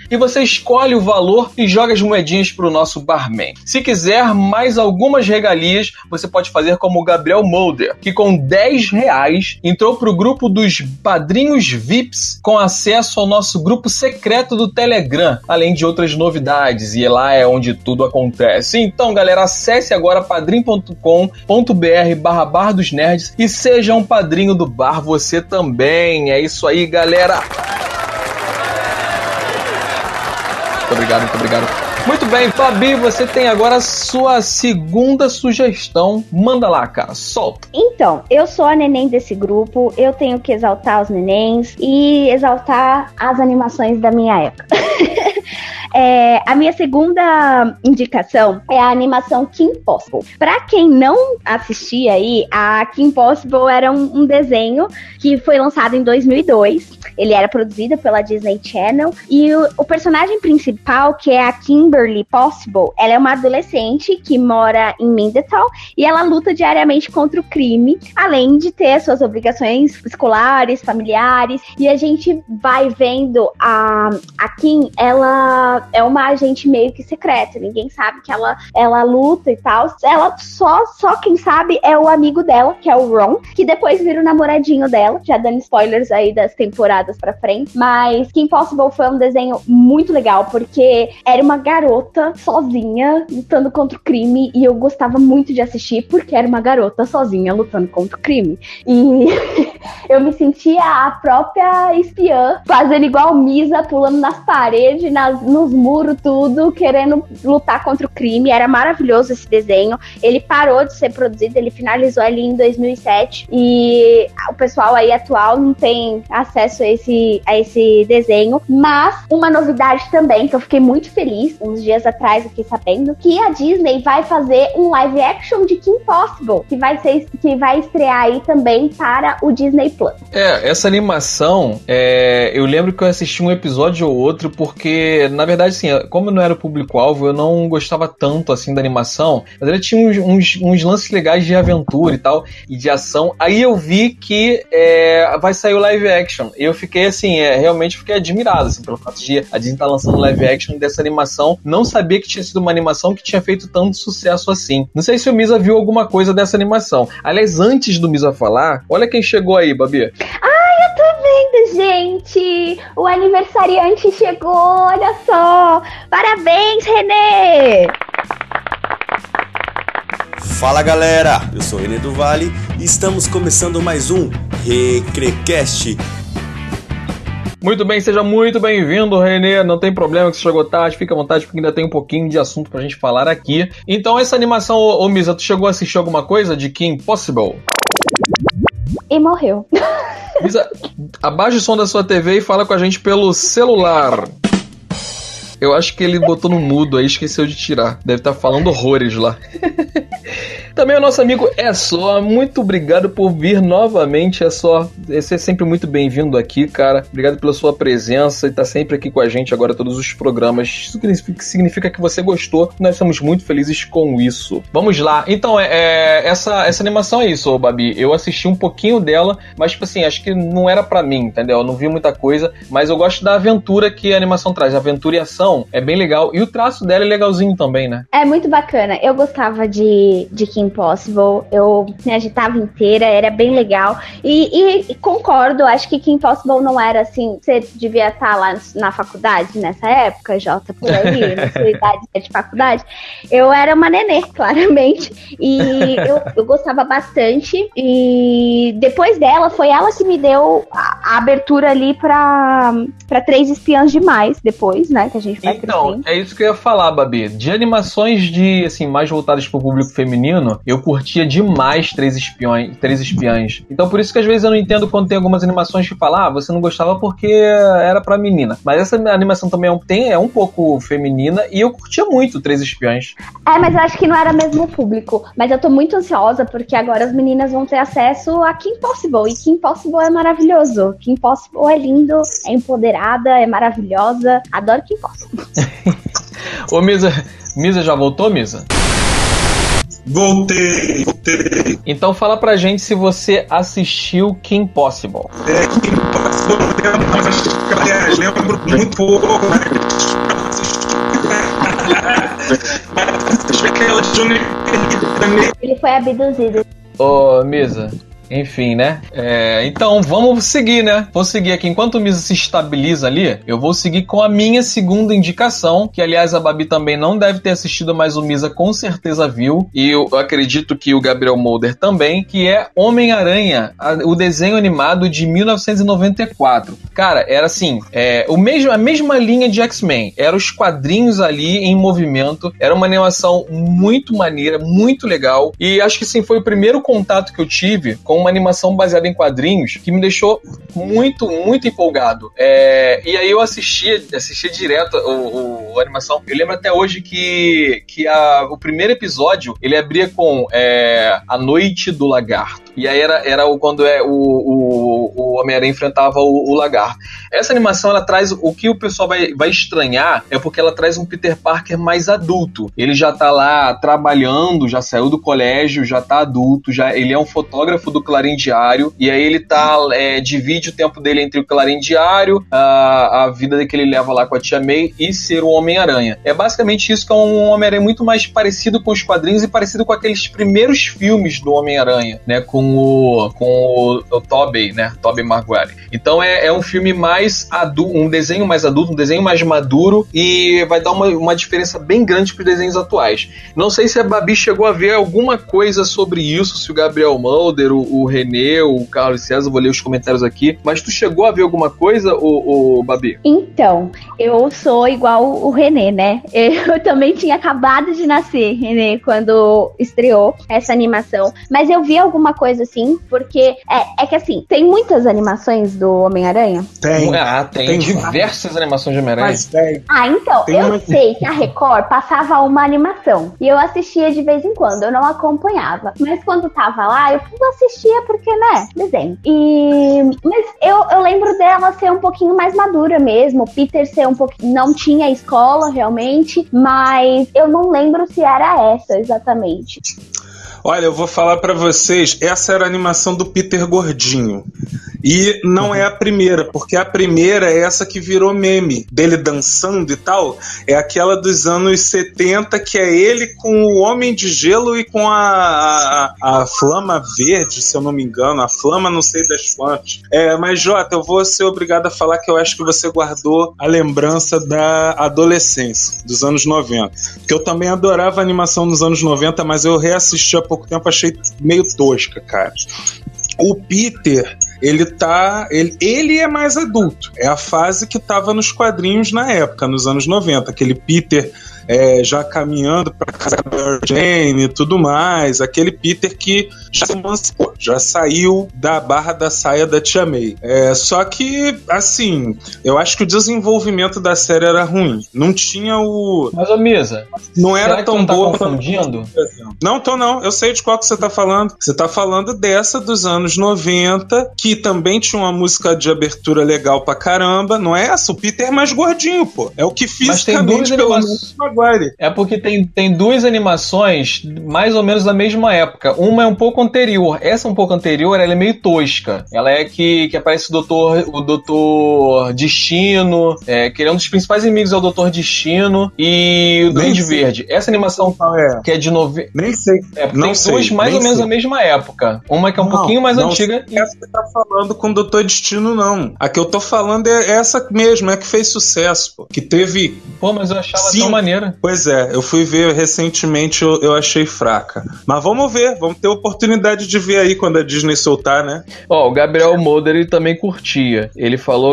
[SPEAKER 2] e você escolhe o valor e joga as moedinhas pro nosso barman. Se quiser mais algumas regalias, você pode fazer como o Gabriel Mulder, que com R$10 entrou pro grupo dos padrinhos VIPs com acesso ao nosso grupo secreto do Telegram, além de outras novidades, e lá é onde tudo acontece. Então, galera, acesse agora padrim.com.br/Bar dos Nerds e seja um padrinho do bar você também. É isso aí, galera. Muito obrigado, muito obrigado. Muito bem, Fabi, você tem agora a sua segunda sugestão. Manda lá, cara, solta.
[SPEAKER 3] Então, eu sou a neném desse grupo, eu tenho que exaltar os nenéns e exaltar as animações da minha época. A minha segunda indicação é a animação Kim Possible. Pra quem não assistia aí, a Kim Possible era um desenho que foi lançado em 2002. Ele era produzido pela Disney Channel e o personagem principal, que é a Kimberly Possible, ela é uma adolescente que mora em Mindetal e ela luta diariamente contra o crime, além de ter suas obrigações escolares, familiares, e a gente vai vendo a Kim, ela é uma agente meio que secreta, ninguém sabe que ela luta e tal, ela só quem sabe é o amigo dela, que é o Ron, que depois vira o namoradinho dela, já dando spoilers aí das temporadas pra frente, mas Kim Possible foi um desenho muito legal, porque era uma garota sozinha lutando contra o crime, e eu gostava muito de assistir porque era uma garota sozinha lutando contra o crime, e eu me sentia a própria espiã, fazendo igual Misa, pulando nas paredes, nos muros, tudo, querendo lutar contra o crime. Era maravilhoso esse desenho. Ele parou de ser produzido, ele finalizou ali em 2007, e o pessoal aí atual não tem acesso a esse desenho, mas uma novidade também, que eu fiquei muito feliz, uns dias atrás eu fiquei sabendo, que a Disney vai fazer um live action de Kim Possible, que vai estrear aí também para o Disney Plus.
[SPEAKER 2] Essa animação, eu lembro que eu assisti um episódio ou outro, porque, na verdade, assim, como eu não era o público-alvo, eu não gostava tanto, assim, da animação, mas ele tinha uns lances legais de aventura e tal, e de ação. Aí eu vi que vai sair o live action, e eu fiquei, assim, realmente fiquei admirado, assim, pelo fato de a Disney estar lançando live action dessa animação. Não sabia que tinha sido uma animação que tinha feito tanto sucesso assim. Não sei se o Misa viu alguma coisa dessa animação. Aliás, antes do Misa falar, olha quem chegou aí, Babi.
[SPEAKER 3] Eu tô vendo, gente! O aniversariante chegou, olha só! Parabéns, Renê!
[SPEAKER 6] Fala, galera! Eu sou o Renê do Vale e estamos começando mais um Recrecast.
[SPEAKER 2] Muito bem, seja muito bem-vindo, Renê. Não tem problema que você chegou tarde, fica à vontade, porque ainda tem um pouquinho de assunto pra gente falar aqui. Então, essa animação, ô Misa, tu chegou a assistir alguma coisa de Kim Possible?
[SPEAKER 3] E morreu.
[SPEAKER 2] Misa, abaixa o som da sua TV e fala com a gente pelo celular. Eu acho que ele botou no mudo aí, esqueceu de tirar. Deve estar falando horrores lá. Também o nosso amigo Essó, muito obrigado por vir novamente, Essó. Você é sempre muito bem-vindo aqui, cara. Obrigado pela sua presença e tá sempre aqui com a gente agora todos os programas. Isso significa que você gostou. Nós estamos muito felizes com isso. Vamos lá. Então, essa animação é isso, Babi. Eu assisti um pouquinho dela, mas, tipo assim, acho que não era pra mim, entendeu? Eu não vi muita coisa, mas eu gosto da aventura que a animação traz. Aventura e ação é bem legal. E o traço dela é legalzinho também, né? É
[SPEAKER 3] muito bacana. Eu gostava de Kim Possible, eu me agitava inteira, era bem legal, e concordo, acho que Kim Possible não era assim, você devia estar lá na faculdade nessa época, Jota, por aí, na sua idade de faculdade, eu era uma nenê, claramente, e eu gostava bastante, e depois dela, foi ela que me deu a abertura ali pra Três Espiãs Demais, depois, né, que a gente vai crescendo.
[SPEAKER 2] É isso que eu ia falar, Babi, de animações assim, mais voltadas pro público feminino, eu curtia demais Três Espiãs. Então por isso que às vezes eu não entendo quando tem algumas animações que falam, você não gostava porque era pra menina. Mas essa animação também é um pouco feminina e eu curtia muito Três Espiãs.
[SPEAKER 3] Mas eu acho que não era mesmo o público. Mas eu tô muito ansiosa porque agora as meninas vão ter acesso a Kim Possible. E Kim Possible é maravilhoso. Kim Possible é lindo, é empoderada, é maravilhosa. Adoro Kim Possible.
[SPEAKER 2] Ô, Misa já voltou, Misa?
[SPEAKER 4] Voltei.
[SPEAKER 2] Então fala pra gente se você assistiu Kim Possible.
[SPEAKER 4] Kim Possible eu lembro muito pouco,
[SPEAKER 3] Ele foi abduzido.
[SPEAKER 2] Ô, Misa, enfim, né? Então, vamos seguir, né? Vou seguir aqui. Enquanto o Misa se estabiliza ali, eu vou seguir com a minha segunda indicação, que, aliás, a Babi também não deve ter assistido, mas o Misa com certeza viu, e eu acredito que o Gabriel Mulder também, que é Homem-Aranha, o desenho animado de 1994. Cara, era assim, a mesma linha de X-Men. Eram os quadrinhos ali em movimento. Era uma animação muito maneira, muito legal. E acho que, sim, foi o primeiro contato que eu tive com uma animação baseada em quadrinhos que me deixou muito, muito empolgado. E aí eu assistia direto a animação. Eu lembro até hoje que o primeiro episódio, ele abria com A Noite do Lagarto. E aí era quando o Homem-Aranha enfrentava o lagarto. Essa animação, ela traz o que o pessoal vai estranhar, é porque ela traz um Peter Parker mais adulto. Ele já tá lá trabalhando, já saiu do colégio, já tá adulto, ele é um fotógrafo do Clarim Diário, e aí ele divide o tempo dele entre o Clarim Diário, a vida que ele leva lá com a Tia May e ser o Homem-Aranha. É basicamente isso, que é um Homem-Aranha muito mais parecido com os quadrinhos e parecido com aqueles primeiros filmes do Homem-Aranha, né, com o Tobey, né, Tobey Maguire. Então é um filme mais adulto, um desenho mais adulto, um desenho mais maduro, e vai dar uma diferença bem grande para os desenhos atuais. Não sei se a Babi chegou a ver alguma coisa sobre isso, se o Gabriel Mulder, o Renê, o Carlos César, vou ler os comentários aqui, mas tu chegou a ver alguma coisa, o Babi?
[SPEAKER 3] Então, eu sou igual o Renê, né? Eu também tinha acabado de nascer, Renê, quando estreou essa animação, mas eu vi alguma coisa assim, porque é que assim, tem muitas animações do Homem-Aranha?
[SPEAKER 2] Tem diversas animações de Homem-Aranha.
[SPEAKER 3] Então, sei que a Record passava uma animação, e eu assistia de vez em quando, eu não acompanhava, mas quando tava lá, eu assistia porque, né, desenho. Mas eu lembro dela ser um pouquinho mais madura mesmo, o Peter ser um pouquinho, não tinha escola realmente, mas eu não lembro se era essa exatamente.
[SPEAKER 4] Olha, eu vou falar pra vocês, essa era a animação do Peter gordinho. E não é a primeira, porque a primeira é essa que virou meme, dele dançando e tal. É aquela dos anos 70, que é ele com o Homem de Gelo e com a Flama Verde, se eu não me engano. A Flama não sei das quantas. Mas, Jota, eu vou ser obrigado a falar que eu acho que você guardou a lembrança da adolescência, dos anos 90. Porque eu também adorava a animação dos anos 90, mas eu reassisti há pouco tempo, achei meio tosca, cara. O Peter, ele é mais adulto. É a fase que estava nos quadrinhos na época, nos anos 90. Aquele Peter já caminhando para casa da Mary Jane e tudo mais. Aquele Peter que já se emancipou, já saiu da barra da saia da Tia May. Só que, assim, eu acho que o desenvolvimento da série era ruim. Não tinha o...
[SPEAKER 2] Mas, ô Misa,
[SPEAKER 4] não era tão boa.
[SPEAKER 2] Tá confundindo?
[SPEAKER 4] Não tô não. Eu sei de qual que você tá falando. Você tá falando dessa dos anos 90, que também tinha uma música de abertura legal pra caramba. Não é essa? O Peter é mais gordinho, pô. É o que fisicamente, pelo menos, Maguire.
[SPEAKER 2] É porque tem duas animações mais ou menos da mesma época. Uma é um pouco anterior. Essa um pouco anterior, ela é meio tosca. Ela é que aparece o Doutor Destino, que ele é um dos principais inimigos, é o Doutor Destino e o Duende Verde. Essa animação que é de
[SPEAKER 4] Nem sei.
[SPEAKER 2] Tem duas mais ou menos da mesma época. Uma que é um pouquinho mais antiga.
[SPEAKER 4] Essa que tá falando com o Doutor Destino, não. A que eu tô falando é essa mesmo, que fez sucesso, pô. Que teve...
[SPEAKER 2] Pô, mas eu achava tão maneira.
[SPEAKER 4] Pois eu fui ver recentemente, eu achei fraca. Mas vamos ver, vamos ter oportunidade de ver aí quando a Disney soltar, né?
[SPEAKER 2] O Gabriel Mulder, ele também curtia. Ele falou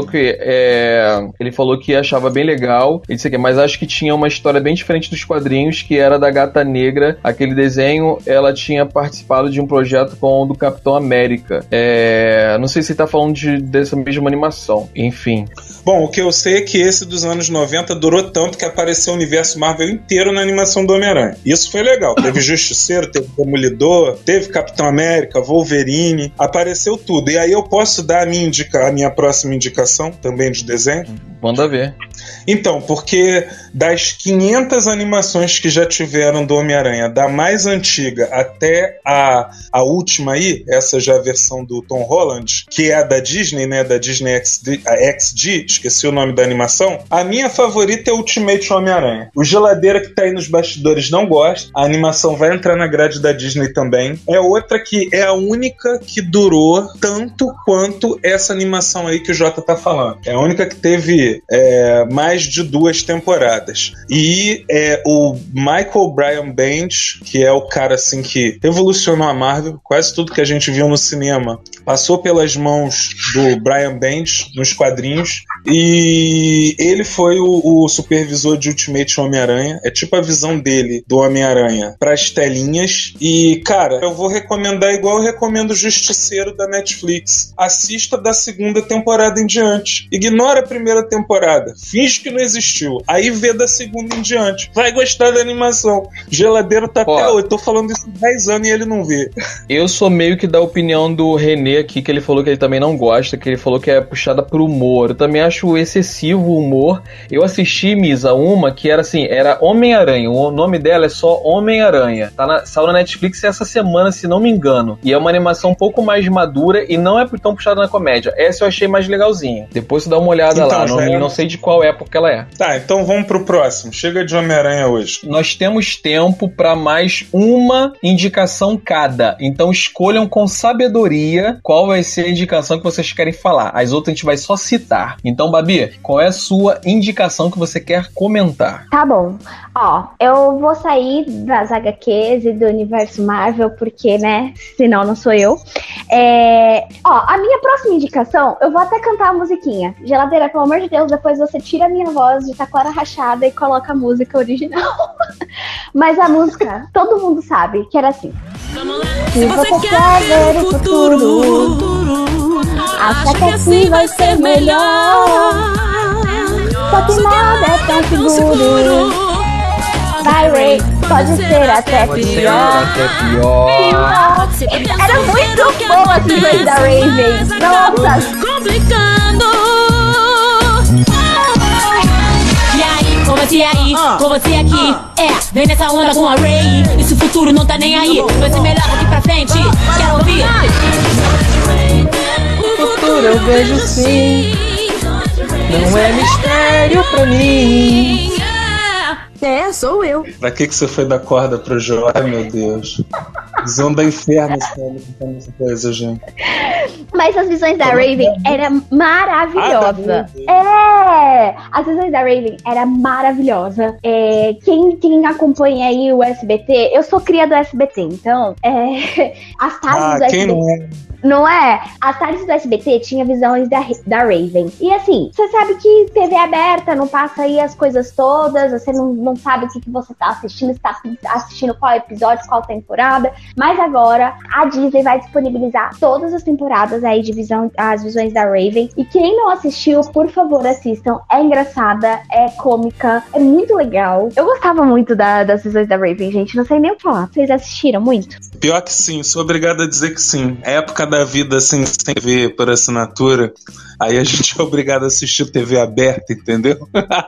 [SPEAKER 2] que achava bem legal, mas acho que tinha uma história bem diferente dos quadrinhos, que era da Gata Negra. Aquele desenho, ela tinha participado de um projeto com o do Capitão América. Não sei se tá falando dessa mesma animação. Enfim.
[SPEAKER 4] Bom, o que eu sei é que esse dos anos 90 durou tanto que apareceu o universo Marvel inteiro na animação do Homem-Aranha. Isso foi legal. Teve Justiceiro, teve Demolidor, teve Capitão América, Wolverine, apareceu tudo. E aí eu posso dar a minha próxima indicação, também de desenho?
[SPEAKER 2] Manda ver.
[SPEAKER 4] Então, porque das 500 animações que já tiveram do Homem-Aranha, da mais antiga até a última aí, essa já é a versão do Tom Holland, que é a da Disney, né, da Disney XD, esqueci o nome da animação, a minha favorita é Ultimate Homem-Aranha. O Geladeira que tá aí nos bastidores não gosta, a animação vai entrar na grade da Disney também. É outra que é a única que durou tanto quanto essa animação aí que o Jota tá falando. É a única que teve mais de 2 temporadas. E o Michael Brian Bendis, que é o cara assim que revolucionou a Marvel, quase tudo que a gente viu no cinema passou pelas mãos do Brian Bendis nos quadrinhos, e ele foi o supervisor de Ultimate Homem-Aranha. É tipo a visão dele do Homem-Aranha pras telinhas. E, cara, eu vou recomendar igual eu recomendo o Justiceiro da Netflix. Assista da 2ª temporada em diante. Ignora a 1ª temporada. Finge que não existiu. Aí vê da 2ª em diante. Vai gostar da animação. Geladeiro tá até hoje. Eu tô falando isso há 10 anos e ele não vê.
[SPEAKER 2] Eu sou meio que da opinião do René aqui, que ele falou que ele também não gosta, que ele falou que é puxada pro humor. Eu também acho excessivo o humor. Eu assisti, Misa, uma que era assim, era Homem-Aranha. O nome dela é só Homem-Aranha. Saiu na Netflix essa semana, se não me engano. E é uma animação um pouco mais madura e não é tão puxada na comédia. Essa eu achei mais legalzinha. Depois você dá uma olhada então, lá. Não sei de qual época ela é.
[SPEAKER 4] Tá, então vamos pro próximo. Chega de Homem-Aranha hoje.
[SPEAKER 2] Nós temos tempo para mais uma indicação cada. Então escolham com sabedoria qual vai ser a indicação que vocês querem falar. As outras a gente vai só citar. Então, Babi, qual é a sua indicação que você quer comentar?
[SPEAKER 3] Tá bom. Ó, eu vou sair das HQs e do universo Marvel, porque, né, senão não sou eu. A minha próxima indicação, eu vou até cantar a musiquinha. Geladeira, pelo amor de Deus, depois você tira a minha voz de taquara rachada e coloca a música original. Mas a música, todo mundo sabe que era assim. Se você quer ver o futuro, acha que assim vai ser melhor. Só que nada é tão seguro. Vai, Ray, pode ser até pior. Era muito bom as visões da Raven. Nossa.
[SPEAKER 5] Complicando. E aí, com você aqui. Vem nessa onda com a Ray. E se o futuro não tá nem aí, vai ser melhor daqui pra frente. Quero ouvir.
[SPEAKER 2] O futuro eu vejo sim. Não é mistério pra mim.
[SPEAKER 5] Sou eu.
[SPEAKER 4] Pra que você foi dar corda pro João? Ai, meu Deus. Visão da inferno essa coisa, gente.
[SPEAKER 3] Mas as visões da Raven era maravilhosa. As visões da Raven era maravilhosa. Quem acompanha aí o SBT, eu sou cria do SBT, então as tardes do SBT. Não é? As tardes do SBT tinha visões da Raven. E assim, você sabe que TV aberta não passa aí as coisas todas, você não sabe o que você tá assistindo, você tá assistindo qual episódio, qual temporada. Mas agora a Disney vai disponibilizar todas as temporadas aí de as visões da Raven. E quem não assistiu, por favor, assistam. É engraçada, é cômica, é muito legal. Eu gostava muito das visões da Raven, gente. Não sei nem o que falar. Vocês assistiram muito?
[SPEAKER 4] Pior que sim, sou obrigado a dizer que sim. É época da vida assim, sem ver por assinatura, aí a gente é obrigado a assistir TV aberta, entendeu?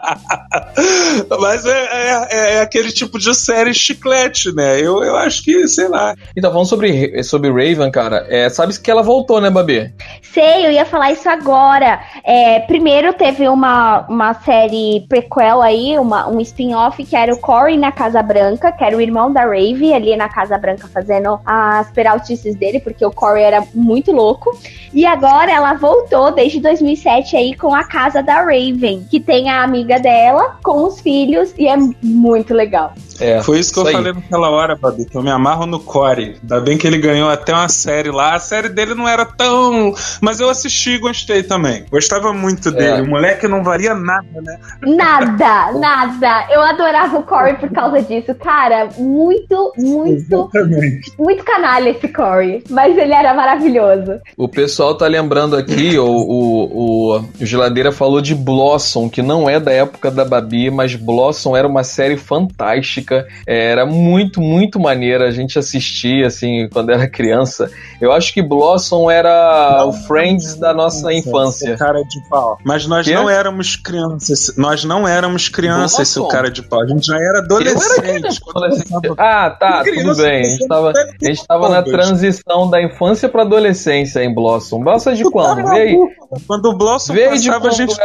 [SPEAKER 4] Mas é aquele tipo de série chiclete, né? Eu acho que, sei lá.
[SPEAKER 2] Então, falando sobre Raven, cara, sabe que ela voltou, né, Babi?
[SPEAKER 3] Sei, eu ia falar isso agora. Primeiro teve uma série prequel aí, um spin-off, que era o Corey na Casa Branca, que era o irmão da Raven ali na Casa Branca fazendo as peraltices dele, porque o Corey era muito louco. E agora ela voltou desde 2007 aí com a Casa da Raven, que tem a amiga dela com os filhos, e é muito legal.
[SPEAKER 4] Foi isso que eu falei naquela hora, Babi, que eu me amarro no Corey. Ainda bem que ele ganhou até uma série lá. A série dele não era tão... Mas eu assisti e gostei também. Gostava muito dele. O moleque não valia nada, né?
[SPEAKER 3] Nada. Eu adorava o Corey por causa disso. Cara, muito canalha esse Corey. Mas ele era maravilhoso.
[SPEAKER 2] O pessoal tá lembrando aqui, o Geladeira falou de Blossom, que não é da época da Babi, mas Blossom era uma série fantástica. fantástica. Era muito, muito maneira. A gente assistia, assim, quando era criança. Eu acho que Blossom era o Friends da nossa infância.
[SPEAKER 4] Cara de pau. Mas nós não éramos crianças. Nós não éramos crianças, seu cara de pau. A gente já era adolescente.
[SPEAKER 2] Ah, tá, tudo bem. A gente tava na transição da infância pra adolescência em Blossom. Blossom de quando? Vê aí.
[SPEAKER 4] Quando o Blossom passava, a gente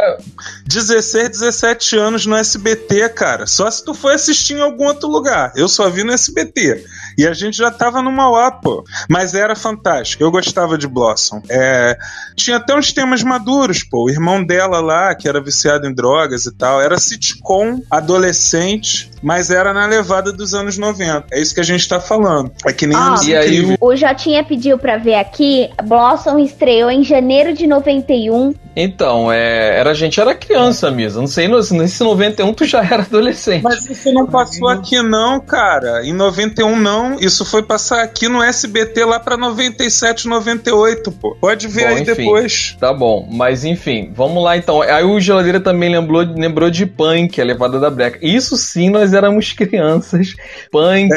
[SPEAKER 4] 16, 17 anos no SBT, cara. Só se tu foi assistir em algum outro lugar. Eu só vi no SBT. E a gente já tava no Mauá, pô. Mas era fantástico. Eu gostava de Blossom. Tinha até uns temas maduros, pô. O irmão dela lá, que era viciado em drogas e tal. Era sitcom, adolescente, mas era na levada dos anos 90. É isso que a gente tá falando. É que nem anos incríveis.
[SPEAKER 3] O Jotinha pediu pra ver aqui. Blossom estreou em janeiro de 91.
[SPEAKER 2] Então, a gente era criança mesmo. Não sei, nesse 91 tu já era adolescente.
[SPEAKER 4] Mas isso não passou aqui não, cara. Em 91 não. Isso foi passar aqui no SBT lá pra 97, 98, pô. Pode ver aí enfim, depois.
[SPEAKER 2] Tá bom, mas enfim, vamos lá então. Aí o Geladeira também lembrou de Punk, a levada da breca. Isso sim, nós éramos crianças. Punk,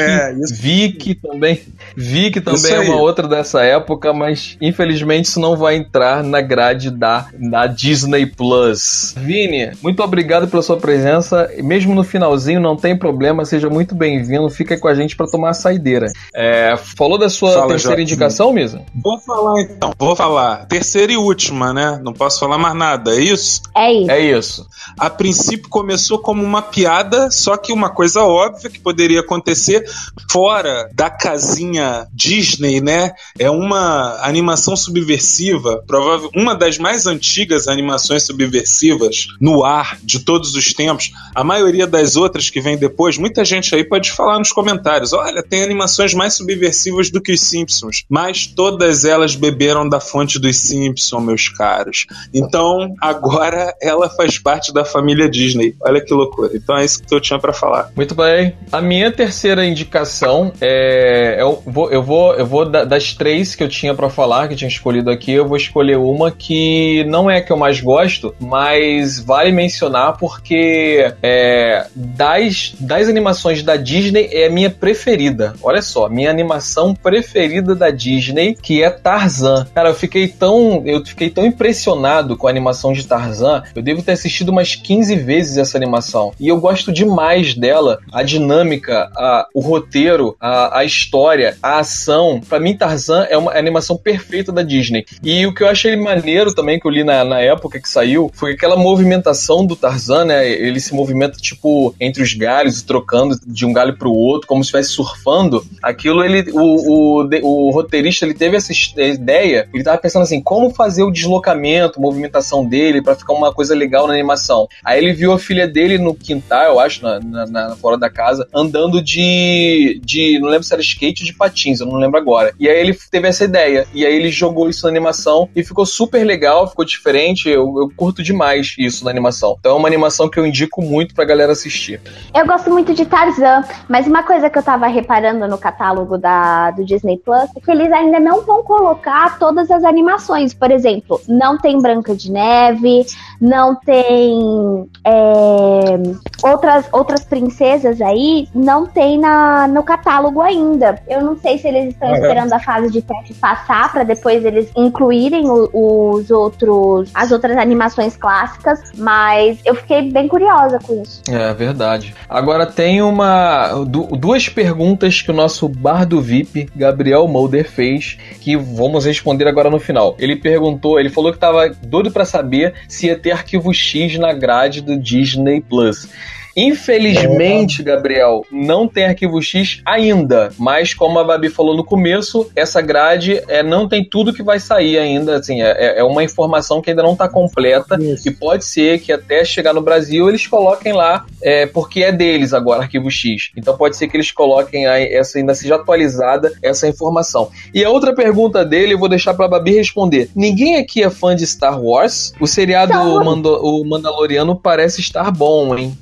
[SPEAKER 2] Vicky também. Vicky também é uma outra dessa época, mas infelizmente isso não vai entrar na grade da Disney Plus. Vini, muito obrigado pela sua presença. Mesmo no finalzinho, não tem problema, seja muito bem-vindo. Fica aí com a gente pra tomar a saideira. Falou da sua terceira indicação, Misa?
[SPEAKER 4] Vou falar então. Terceira e última, né? Não posso falar mais nada, é isso?
[SPEAKER 2] É isso.
[SPEAKER 4] A princípio começou como uma piada, só que uma coisa óbvia que poderia acontecer fora da casinha Disney, né? É uma animação subversiva, uma das mais antigas animações subversivas no ar de todos os tempos. A maioria das outras que vem depois, muita gente aí pode falar nos comentários, olha, tem animações mais subversivas do que os Simpsons, mas todas elas beberam da fonte dos Simpsons, meus caros. Então, agora ela faz parte da família Disney. Olha que loucura. Então é isso que eu tinha pra falar.
[SPEAKER 2] Muito bem. A minha terceira indicação eu vou das três que eu tinha pra falar, que eu tinha escolhido aqui, eu vou escolher uma que não é a que eu mais gosto, mas vale mencionar porque das animações da Disney é a minha preferida. Olha só, minha animação preferida da Disney, que é Tarzan. Cara, eu fiquei tão impressionado com a animação de Tarzan. Eu devo ter assistido umas 15 vezes essa animação. E eu gosto demais dela. A dinâmica, o roteiro, a história, a ação. Pra mim, Tarzan é uma animação perfeita da Disney. E o que eu achei maneiro também, que eu li na época que saiu, foi aquela movimentação do Tarzan, né? Ele se movimenta, tipo, entre os galhos, trocando de um galho pro outro, como se estivesse surfando. Aquilo, o roteirista, ele teve essa ideia, ele tava pensando assim, como fazer o deslocamento, a movimentação dele, pra ficar uma coisa legal na animação. Aí ele viu a filha dele no quintal, eu acho, fora da casa, andando de não lembro se era skate ou de patins, eu não lembro agora. E aí ele teve essa ideia, e aí ele jogou isso na animação, e ficou super legal, ficou diferente, eu curto demais isso na animação. Então é uma animação que eu indico muito pra galera assistir.
[SPEAKER 3] Eu gosto muito de Tarzan, mas uma coisa que eu tava reparando no catálogo do Disney Plus é que eles ainda não vão colocar todas as animações. Por exemplo, não tem Branca de Neve, não tem outras princesas aí, não tem no catálogo ainda. Eu não sei se eles estão esperando a fase de teste passar para depois eles incluírem as outras animações clássicas, mas eu fiquei bem curiosa com isso.
[SPEAKER 2] É verdade. Agora tem duas perguntas que o nosso bardo VIP, Gabriel Mulder, fez, que vamos responder agora no final. Ele falou que tava doido pra saber se ia ter Arquivo X na grade do Disney Plus. Infelizmente, Gabriel, não tem Arquivo X ainda, mas como a Babi falou no começo, essa grade não tem tudo que vai sair ainda, assim, é uma informação que ainda não está completa. Isso. E pode ser que até chegar no Brasil eles coloquem lá, porque é deles agora, Arquivo X. Então pode ser que eles coloquem essa, ainda seja atualizada essa informação. E a outra pergunta dele eu vou deixar para a Babi responder. Ninguém aqui é fã de Star Wars? O seriado o Mandaloriano parece estar bom, hein? E aí, Babi?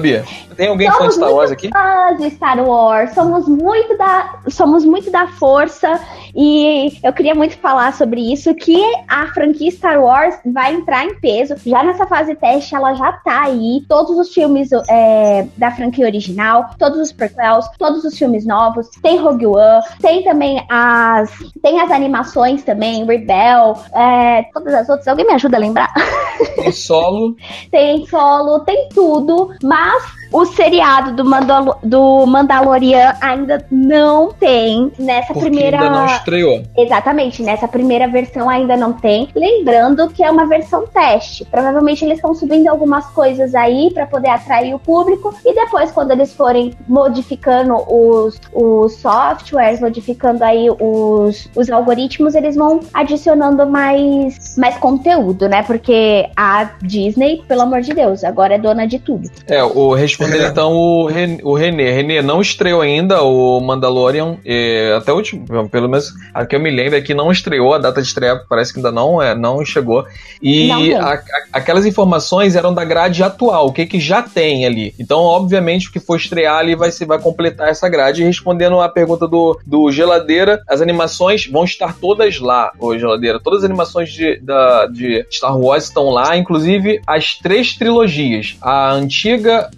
[SPEAKER 2] Babi, tem alguém fã de Star Wars aqui?
[SPEAKER 3] Fãs de Star Wars, somos muito da força, e eu queria muito falar sobre isso, que a franquia Star Wars vai entrar em peso. Já nessa fase teste, ela já tá aí. Todos os filmes da franquia original, todos os prequels, todos os filmes novos, tem Rogue One, tem também as animações também, Rebel, todas as outras. Alguém me ajuda a lembrar?
[SPEAKER 2] Tem Solo.
[SPEAKER 3] Tem Solo, tem tudo, mas o seriado do Mandalorian ainda não tem nessa
[SPEAKER 2] Porque
[SPEAKER 3] primeira...
[SPEAKER 2] ainda não estreou.
[SPEAKER 3] Exatamente, nessa primeira versão ainda não tem. Lembrando que é uma versão teste. Provavelmente eles estão subindo algumas coisas aí para poder atrair o público, e depois, quando eles forem modificando os softwares, modificando aí os algoritmos, eles vão adicionando mais conteúdo, né? Porque a Disney, pelo amor de Deus, agora é dona de tudo.
[SPEAKER 2] Respondendo então o René. René, não estreou ainda o Mandalorian, até o último, pelo menos a que eu me lembro é que não estreou, a data de estreia parece que ainda não chegou. E aquelas informações eram da grade atual, o que já tem ali. Então, obviamente, o que for estrear ali vai completar essa grade. E respondendo a pergunta do Geladeira, as animações vão estar todas lá, Geladeira. Todas as animações de Star Wars estão lá, inclusive as 3 trilogias. A antiga,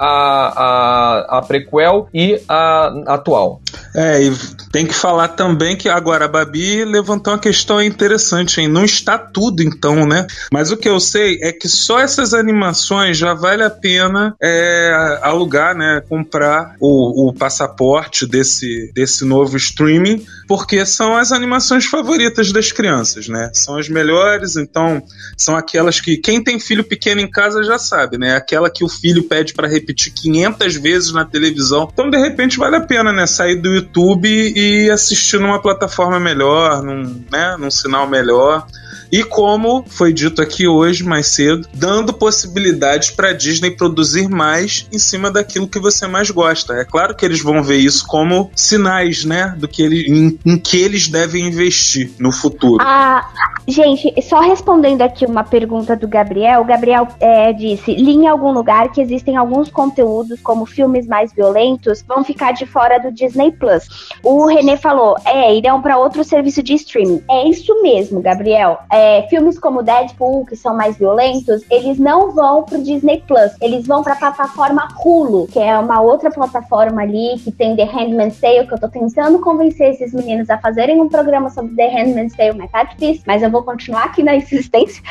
[SPEAKER 2] a prequel e a atual.
[SPEAKER 4] E tem que falar também que agora a Babi levantou uma questão interessante, hein? Não está tudo então, né? Mas o que eu sei é que só essas animações já vale a pena alugar, né? Comprar o passaporte desse novo streaming, porque são as animações favoritas das crianças, né? São as melhores, então são aquelas que quem tem filho pequeno em casa já sabe, né? Aquela que o filho pede para repetir 500 vezes na televisão. Então, de repente, vale a pena, né? Sair do YouTube e assistir numa plataforma melhor, num sinal melhor. E como foi dito aqui hoje, mais cedo, dando possibilidades para a Disney produzir mais em cima daquilo que você mais gosta. É claro que eles vão ver isso como sinais, né, do que em que eles devem investir no futuro.
[SPEAKER 3] Gente, só respondendo aqui uma pergunta do Gabriel. O Gabriel disse: li em algum lugar que existem alguns conteúdos, como filmes mais violentos, vão ficar de fora do Disney Plus. O René falou: irão para outro serviço de streaming. É isso mesmo, Gabriel. Filmes como Deadpool, que são mais violentos, eles não vão pro Disney Plus, eles vão pra plataforma Hulu, que é uma outra plataforma ali, que tem The Handmaid's Tale, que eu tô tentando convencer esses meninos a fazerem um programa sobre The Handmaid's Tale, mas tá difícil, mas eu vou continuar aqui na insistência.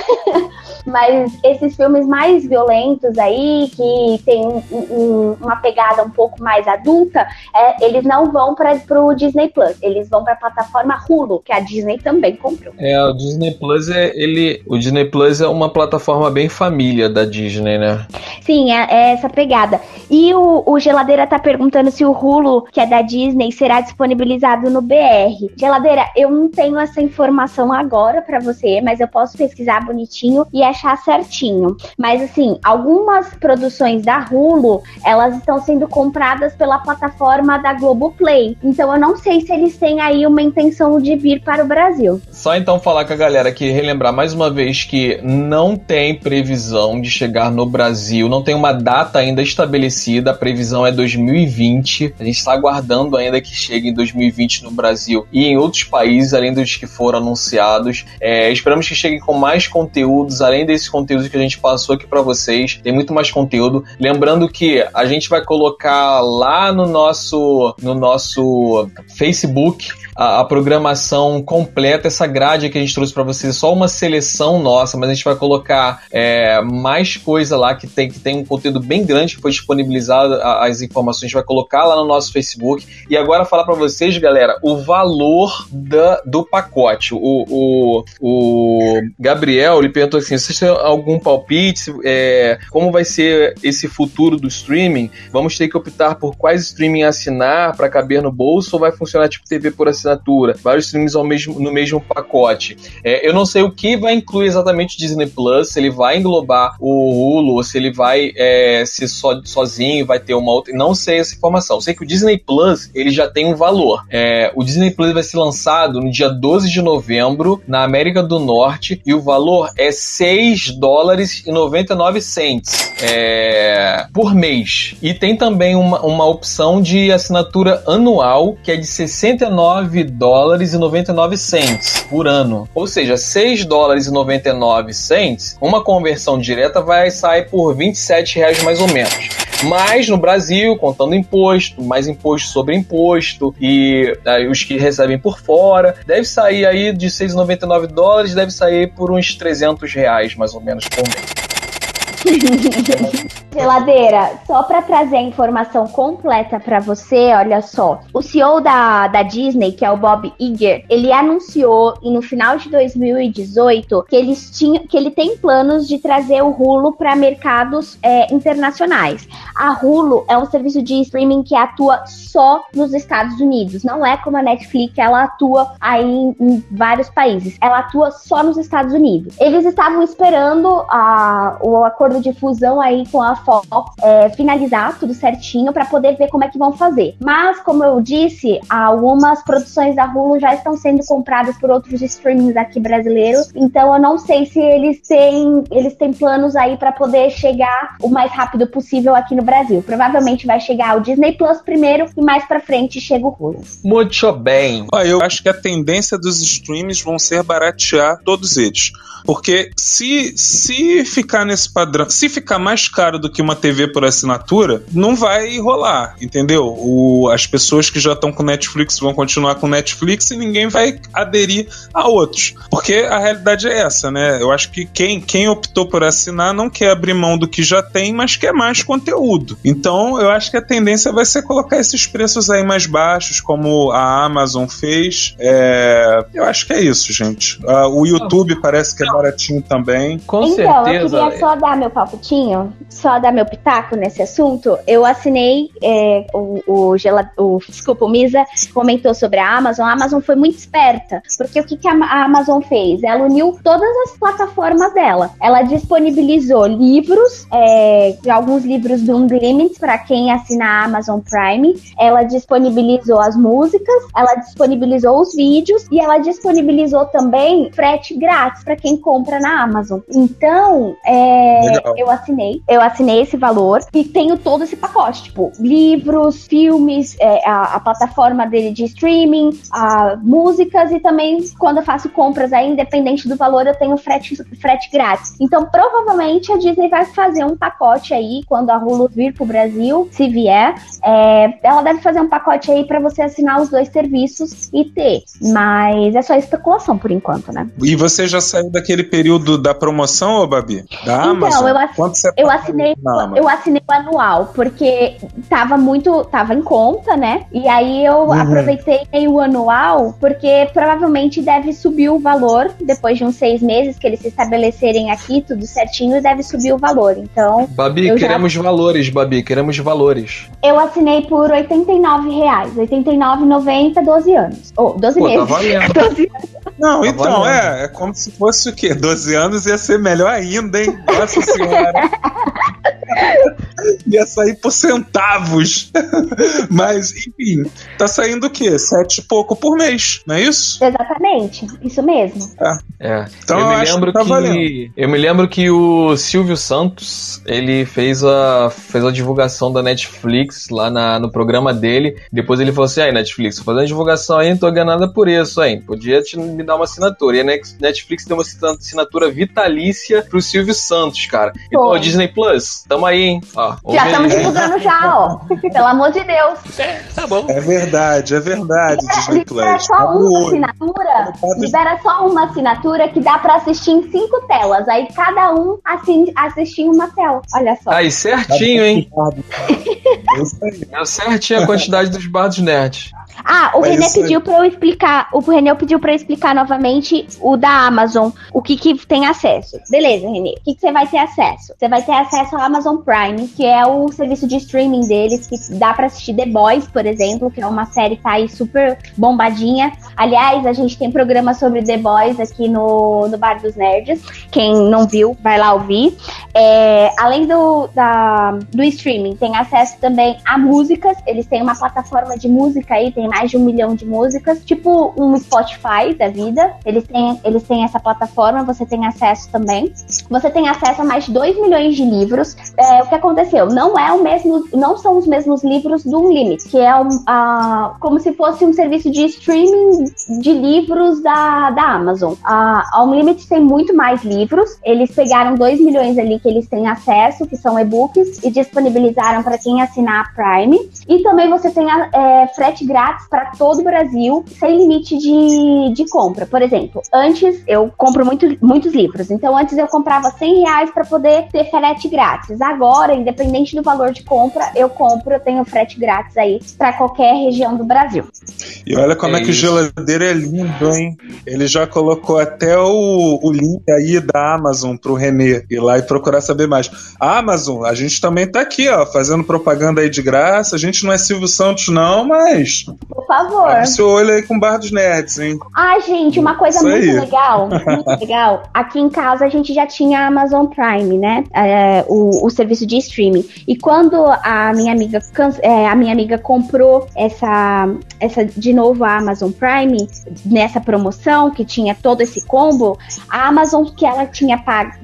[SPEAKER 3] Mas esses filmes mais violentos aí, que tem uma pegada um pouco mais adulta, eles não vão pro Disney Plus, eles vão pra plataforma Hulu, que a Disney também comprou.
[SPEAKER 2] O Disney Plus o Disney Plus é uma plataforma bem família da Disney, né?
[SPEAKER 3] Sim, é essa pegada. E o Geladeira tá perguntando se o Hulu, que é da Disney, será disponibilizado no BR. Geladeira, eu não tenho essa informação agora pra você, mas eu posso pesquisar bonitinho e achar certinho. Mas assim, algumas produções da Hulu, elas estão sendo compradas pela plataforma da Globoplay. Então eu não sei se eles têm aí uma intenção de vir para o Brasil.
[SPEAKER 2] Só então falar com a galera aqui, relembrar mais uma vez que não tem previsão de chegar no Brasil, não tem uma data ainda estabelecida, a previsão é 2020, a gente está aguardando ainda que chegue em 2020 no Brasil e em outros países, além dos que foram anunciados. Esperamos que chegue com mais conteúdos, além desses conteúdos que a gente passou aqui para vocês, tem muito mais conteúdo. Lembrando que a gente vai colocar lá no nosso Facebook a programação completa, essa grade que a gente trouxe para vocês, só uma seleção nossa, mas a gente vai colocar mais coisa lá que tem um conteúdo bem grande que foi disponibilizado, as informações a gente vai colocar lá no nosso Facebook. E agora falar para vocês, galera, o valor do pacote. O Gabriel, ele perguntou assim: vocês têm algum palpite? Como vai ser esse futuro do streaming? Vamos ter que optar por quais streaming assinar para caber no bolso, ou vai funcionar tipo TV por assinatura? assinatura, vários streams no mesmo pacote. Eu não sei o que vai incluir exatamente o Disney Plus, se ele vai englobar o Hulu, ou se ele vai ser sozinho, vai ter uma outra. Não sei essa informação. Eu sei que o Disney Plus, ele já tem um valor. O Disney Plus vai ser lançado no dia 12 de novembro, na América do Norte, e o valor é $6,99 por mês. E tem também uma opção de assinatura anual, que é de $69,99 por ano. Ou seja, $6,99, uma conversão direta vai sair por R$27 mais ou menos. Mas no Brasil, contando imposto, mais imposto sobre imposto e os que recebem por fora, deve sair aí de $6,99, deve sair por uns R$300 mais ou menos por mês.
[SPEAKER 3] Geladeira, só para trazer a informação completa para você, olha só. O CEO da Disney, que é o Bob Iger, ele anunciou no final de 2018 que ele tem planos de trazer o Hulu para mercados internacionais. A Hulu é um serviço de streaming que atua só nos Estados Unidos. Não é como a Netflix, ela atua aí em vários países. Ela atua só nos Estados Unidos. Eles estavam esperando o acordo de fusão aí com a Fox finalizar tudo certinho para poder ver como é que vão fazer. Mas, como eu disse, algumas produções da Hulu já estão sendo compradas por outros streamings aqui brasileiros, então eu não sei se eles têm planos aí para poder chegar o mais rápido possível aqui no Brasil. Provavelmente vai chegar o Disney Plus primeiro e mais pra frente chega o Hulu.
[SPEAKER 2] Muito bem.
[SPEAKER 4] Eu acho que a tendência dos streams vão ser baratear todos eles. Porque se ficar nesse padrão, se ficar mais caro do que uma TV por assinatura, não vai rolar, entendeu? As pessoas que já estão com Netflix vão continuar com Netflix e ninguém vai aderir a outros. Porque a realidade é essa, né? Eu acho que quem optou por assinar não quer abrir mão do que já tem, mas quer mais conteúdo. Então, eu acho que a tendência vai ser colocar esses preços aí mais baixos, como a Amazon fez. Eu acho que é isso, gente. O YouTube parece que é baratinho também.
[SPEAKER 2] Com
[SPEAKER 3] certeza.
[SPEAKER 2] certeza.
[SPEAKER 3] Eu queria só dar meu palpitinho, só dar meu pitaco nesse assunto. Eu assinei, o Misa comentou sobre a Amazon. A Amazon foi muito esperta, porque o que a Amazon fez? Ela uniu todas as plataformas dela. Ela disponibilizou livros, alguns livros do Unlimited para quem assina a Amazon Prime. Ela disponibilizou as músicas, ela disponibilizou os vídeos e ela disponibilizou também frete grátis para quem compra na Amazon. Então, eu assinei esse valor e tenho todo esse pacote, tipo, livros, filmes, a plataforma dele de streaming, músicas e também, quando eu faço compras aí, independente do valor, eu tenho frete grátis. Então, provavelmente, a Disney vai fazer um pacote aí, quando a Hulu vir pro Brasil, se vier, ela deve fazer um pacote aí pra você assinar os dois serviços e ter. Mas é só especulação por enquanto, né?
[SPEAKER 4] E você já saiu daquele período da promoção, ô Babi? Da Amazon?
[SPEAKER 3] Eu assinei o anual, porque tava em conta, né? E aí eu aproveitei o anual, porque provavelmente deve subir o valor, depois de uns 6 meses que eles se estabelecerem aqui, tudo certinho, deve subir o valor. Então,
[SPEAKER 2] Babi, queremos valores, Babi, queremos valores.
[SPEAKER 3] Eu assinei por R$89, R$89,90, 12 anos. 12 meses.
[SPEAKER 2] Tá valendo.
[SPEAKER 3] 12 anos.
[SPEAKER 4] Não,
[SPEAKER 2] tá
[SPEAKER 4] então,
[SPEAKER 2] valendo.
[SPEAKER 4] é como se fosse o quê? 12 anos ia ser melhor ainda, hein? Nossa Senhora. Ia sair por centavos. Mas, enfim, tá saindo o quê? 7 e pouco por mês, não é isso?
[SPEAKER 3] Exatamente, isso mesmo.
[SPEAKER 4] Então
[SPEAKER 2] eu me lembro que o Silvio Santos, ele fez a divulgação da Netflix lá no programa dele. Depois ele falou assim: Netflix, tô fazendo divulgação aí, não tô ganhando nada por isso, hein? Podia me dar uma assinatura. E a Netflix deu uma assinatura vitalícia pro Silvio Santos, cara. Então, o Disney Plus, tamo aí, hein?
[SPEAKER 3] Já estamos divulgando já, ó. Pelo amor de Deus.
[SPEAKER 2] Tá bom.
[SPEAKER 4] É verdade, Disney Plus.
[SPEAKER 3] Libera só uma assinatura que dá pra assistir em 5 telas. Aí cada um assistir em uma tela. Olha só.
[SPEAKER 2] Aí, certinho, hein? Deu certinho a quantidade dos bardos nerds.
[SPEAKER 3] O René pediu pra eu explicar. O René pediu pra eu explicar novamente o da Amazon, o que tem acesso. Beleza, René. O que você vai ter acesso? Você vai ter acesso ao Amazon Prime, que é o serviço de streaming deles, que dá pra assistir The Boys, por exemplo, que é uma série que tá aí super bombadinha. Aliás, a gente tem programa sobre The Boys aqui no Bar dos Nerds. Quem não viu, vai lá ouvir. Além do streaming, tem acesso também a músicas. Eles têm uma plataforma de música aí, tem mais de 1 milhão de músicas, tipo um Spotify da vida. Eles têm essa plataforma, você tem acesso também. Você tem acesso a mais de 2 milhões de livros. O que aconteceu? Não são os mesmos livros do Unlimited, que é como se fosse um serviço de streaming de livros da Amazon. A Unlimited tem muito mais livros. Eles pegaram 2 milhões ali que eles têm acesso, que são e-books, e disponibilizaram para quem assinar a Prime. E também você tem frete grátis para todo o Brasil, sem limite de compra. Por exemplo, antes eu compro muitos livros, então antes eu comprava R$100 para poder ter frete grátis. Agora, independente do valor de compra, eu tenho frete grátis aí para qualquer região do Brasil.
[SPEAKER 4] E olha como é que o Geladeira é lindo, hein? Ele já colocou até o link aí da Amazon pro René ir lá e procurar saber mais. A Amazon, a gente também tá aqui, ó, fazendo propaganda aí de graça. A gente não é Silvio Santos não, mas...
[SPEAKER 3] Por favor.
[SPEAKER 4] Abre seu olho aí com o Bar dos Nerds, hein?
[SPEAKER 3] Gente, uma coisa muito legal. Aqui em casa a gente já tinha a Amazon Prime, né? O serviço de streaming. E quando a minha amiga comprou essa de novo a Amazon Prime, nessa promoção que tinha todo esse combo, a Amazon que ela tinha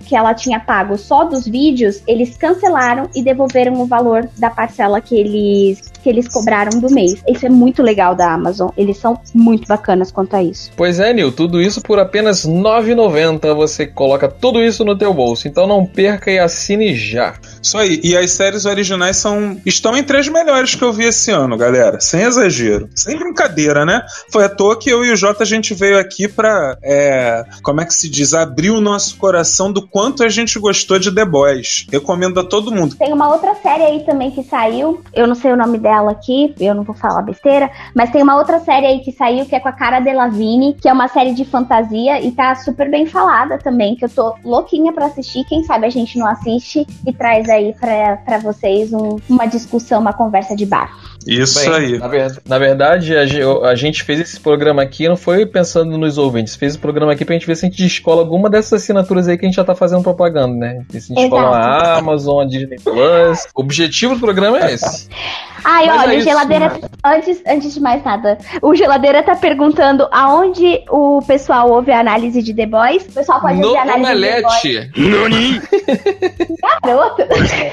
[SPEAKER 3] pago só dos vídeos, eles cancelaram e devolveram o valor da parcela que eles cobraram do mês. Isso é muito legal da Amazon. Eles são muito bacanas quanto a isso.
[SPEAKER 2] Pois é, Nil, tudo isso por apenas R$ 9,90. Você coloca tudo isso no teu bolso. Então não perca e assine já.
[SPEAKER 4] Isso aí. E as séries originais estão entre as melhores que eu vi esse ano, galera. Sem exagero. Sem brincadeira, né? Foi à toa que eu e o Jota, a gente veio aqui pra, como é que se diz? Abrir o nosso coração do quanto a gente gostou de The Boys. Recomendo a todo mundo.
[SPEAKER 3] Tem uma outra série aí também que saiu. Eu não sei o nome dela aqui, eu não vou falar besteira, mas tem uma outra série aí que saiu, que é com a Cara Delevingne, que é uma série de fantasia e tá super bem falada também, que eu tô louquinha pra assistir. Quem sabe a gente não assiste e traz aí pra vocês uma discussão, uma conversa de bar.
[SPEAKER 4] Isso aí.
[SPEAKER 2] Na verdade, a gente fez esse programa aqui, não foi pensando nos ouvintes, fez esse programa aqui pra gente ver se a gente descola alguma dessas assinaturas aí que a gente já tá fazendo propaganda, né? Se a gente descola a Amazon, a Disney Plus. O objetivo do programa é esse.
[SPEAKER 3] Olha, o Geladeira, antes de mais nada, o Geladeira tá perguntando aonde o pessoal ouve a análise de The Boys. O pessoal pode ouvir a análise de The Boys.
[SPEAKER 2] Noni!
[SPEAKER 3] Garoto!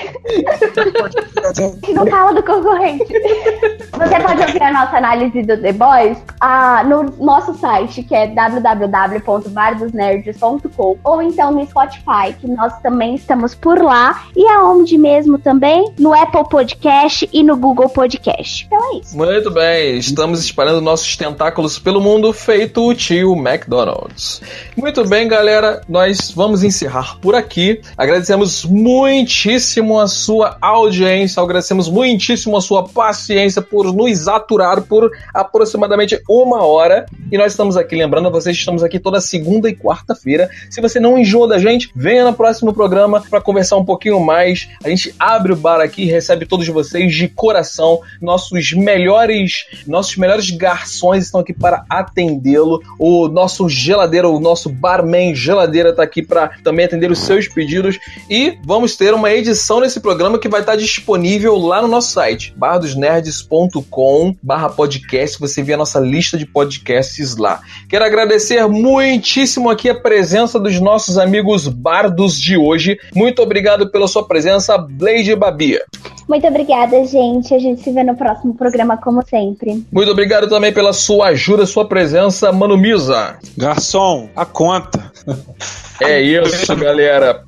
[SPEAKER 3] Não fala do concorrente. Você pode ouvir a nossa análise do The Boys no nosso site, que é www.bardosnerds.com, ou então no Spotify, que nós também estamos por lá, e aonde mesmo também? No Apple Podcast e no Google Podcast. Então é isso.
[SPEAKER 2] Muito bem, estamos espalhando nossos tentáculos pelo mundo, feito o tio McDonald's. Muito bem, galera, nós vamos encerrar por aqui. Agradecemos muitíssimo a sua audiência, agradecemos muitíssimo a sua paciência por nos aturar por aproximadamente 1 hora. E nós estamos aqui, lembrando a vocês, estamos aqui toda segunda e quarta-feira. Se você não enjoa da gente, venha no próximo programa para conversar um pouquinho mais. A gente abre o bar aqui e recebe todos vocês de coração. Nossos melhores garçons estão aqui para atendê-lo. O nosso geladeira, o nosso barman Geladeira está aqui para também atender os seus pedidos. E vamos ter uma edição nesse programa que vai estar disponível lá no nosso site, bardosnerds.com/podcast. Você vê a nossa lista de podcasts lá. Quero agradecer muitíssimo aqui a presença dos nossos amigos bardos de hoje. Muito obrigado pela sua presença, Blade e Babi.
[SPEAKER 3] Muito obrigada, gente. A gente se vê no próximo programa, como sempre.
[SPEAKER 2] Muito obrigado também pela sua ajuda, sua presença, Mano Misa.
[SPEAKER 4] Garçom, a conta.
[SPEAKER 2] É isso, galera.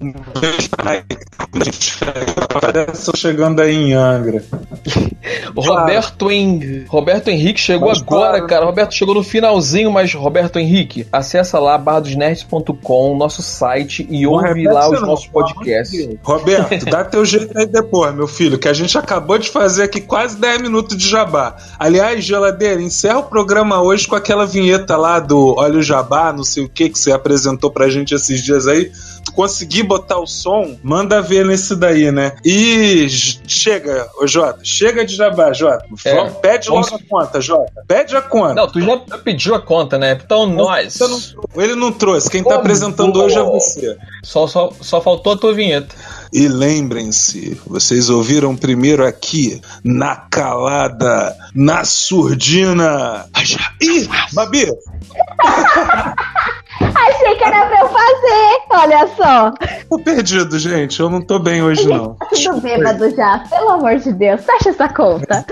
[SPEAKER 4] Estou chegando aí em Angra.
[SPEAKER 2] O Roberto Henrique chegou agora, cara. Roberto chegou no finalzinho, mas Roberto Henrique, acessa lá bardosnerds.com, nosso site, e ouve lá os nossos podcasts.
[SPEAKER 4] Roberto, dá teu jeito aí depois, meu filho, que a gente acabou de fazer aqui quase 10 minutos de jabá. Aliás, geladeira, encerra o programa hoje com aquela vinheta lá do Olha o Jabá, não sei o que você apresentou pra gente esses dias aí. Tu conseguir botar o som, manda ver nesse daí, né? E chega, ô Jota, chega de jabá, Jota. Pede logo a conta, Jota. Pede a conta.
[SPEAKER 2] Não, tu já pediu a conta, né? Então nós.
[SPEAKER 4] Ele não trouxe, quem tá apresentando hoje é você.
[SPEAKER 2] Só faltou a tua vinheta.
[SPEAKER 4] E lembrem-se, vocês ouviram primeiro aqui, na calada, na surdina. Ih, Babi!
[SPEAKER 3] Achei que era pra eu fazer, olha só.
[SPEAKER 4] Tô perdido, gente, eu não tô bem hoje, não.
[SPEAKER 3] Tudo bêbado já, pelo amor de Deus, fecha essa conta.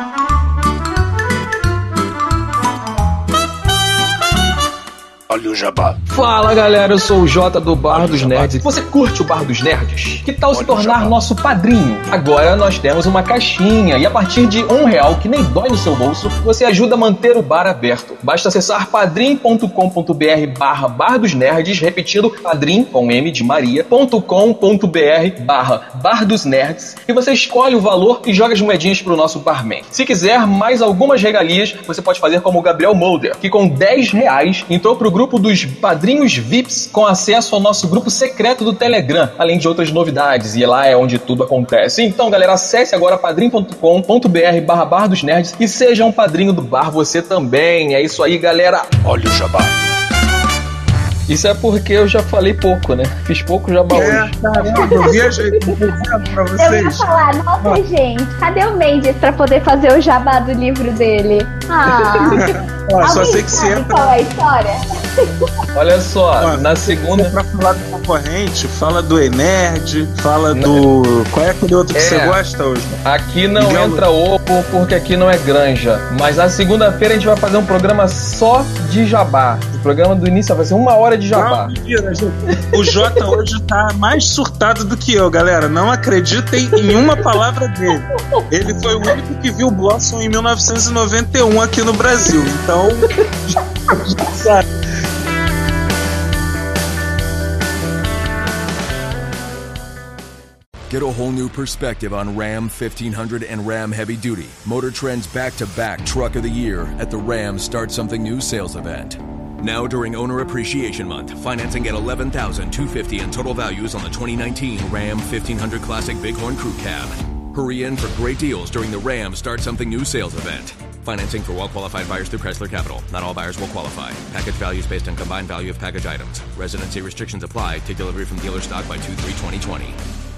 [SPEAKER 6] Olha o jabá.
[SPEAKER 2] Fala galera, eu sou o Jota do Bar dos Nerds. Se você curte o Bar dos Nerds, que tal se tornar nosso padrinho? Agora nós temos uma caixinha e a partir de R$1, que nem dói no seu bolso, você ajuda a manter o bar aberto. Basta acessar padrim.com.br/Bar dos Nerds, repetindo padrim com M de Maria.com.br/Bar dos Nerds, e você escolhe o valor e joga as moedinhas pro nosso barman. Se quiser mais algumas regalias, você pode fazer como o Gabriel Molder, que com R$10 entrou pro grupo dos padrinhos VIPs com acesso ao nosso grupo secreto do Telegram, além de outras novidades, e lá é onde tudo acontece. Então, galera, acesse agora padrim.com.br/Bar dos Nerds e seja um padrinho do bar você também. É isso aí, galera.
[SPEAKER 6] Olha o jabá.
[SPEAKER 2] Isso é porque eu já falei pouco, né? Fiz pouco jabá hoje.
[SPEAKER 4] Caramba, eu viajei pra vocês.
[SPEAKER 3] Eu ia falar, nossa, gente, cadê o Mendes pra poder fazer o jabá do livro dele?
[SPEAKER 4] Só sei que se entra...
[SPEAKER 3] Qual é a história?
[SPEAKER 2] Olha só, na segunda...
[SPEAKER 4] Pra falar do concorrente, fala do Enerd, fala do... Qual é aquele outro que você gosta hoje?
[SPEAKER 2] Aqui não entra ovo, porque aqui não é granja. Mas na segunda-feira a gente vai fazer um programa só de jabá. O programa do início vai ser 1 hora de jabá.
[SPEAKER 4] Não, mentira, gente. O Jota hoje tá mais surtado do que eu, galera. Não acreditem em uma palavra dele. Ele foi o único que viu o Blossom em 1991 aqui no Brasil. Então, sabe.
[SPEAKER 8] Get a whole new perspective on Ram 1500 and Ram Heavy Duty, Motor Trend's back-to-back Truck of the Year at the Ram Start Something New sales event. Now during Owner Appreciation Month, financing at $11,250 in total values on the 2019 Ram 1500 Classic Bighorn Crew Cab. Hurry in for great deals during the Ram Start Something New sales event. Financing for well-qualified buyers through Chrysler Capital. Not all buyers will qualify. Package values based on combined value of package items. Residency restrictions apply. Take delivery from dealer stock by 2/3/2020.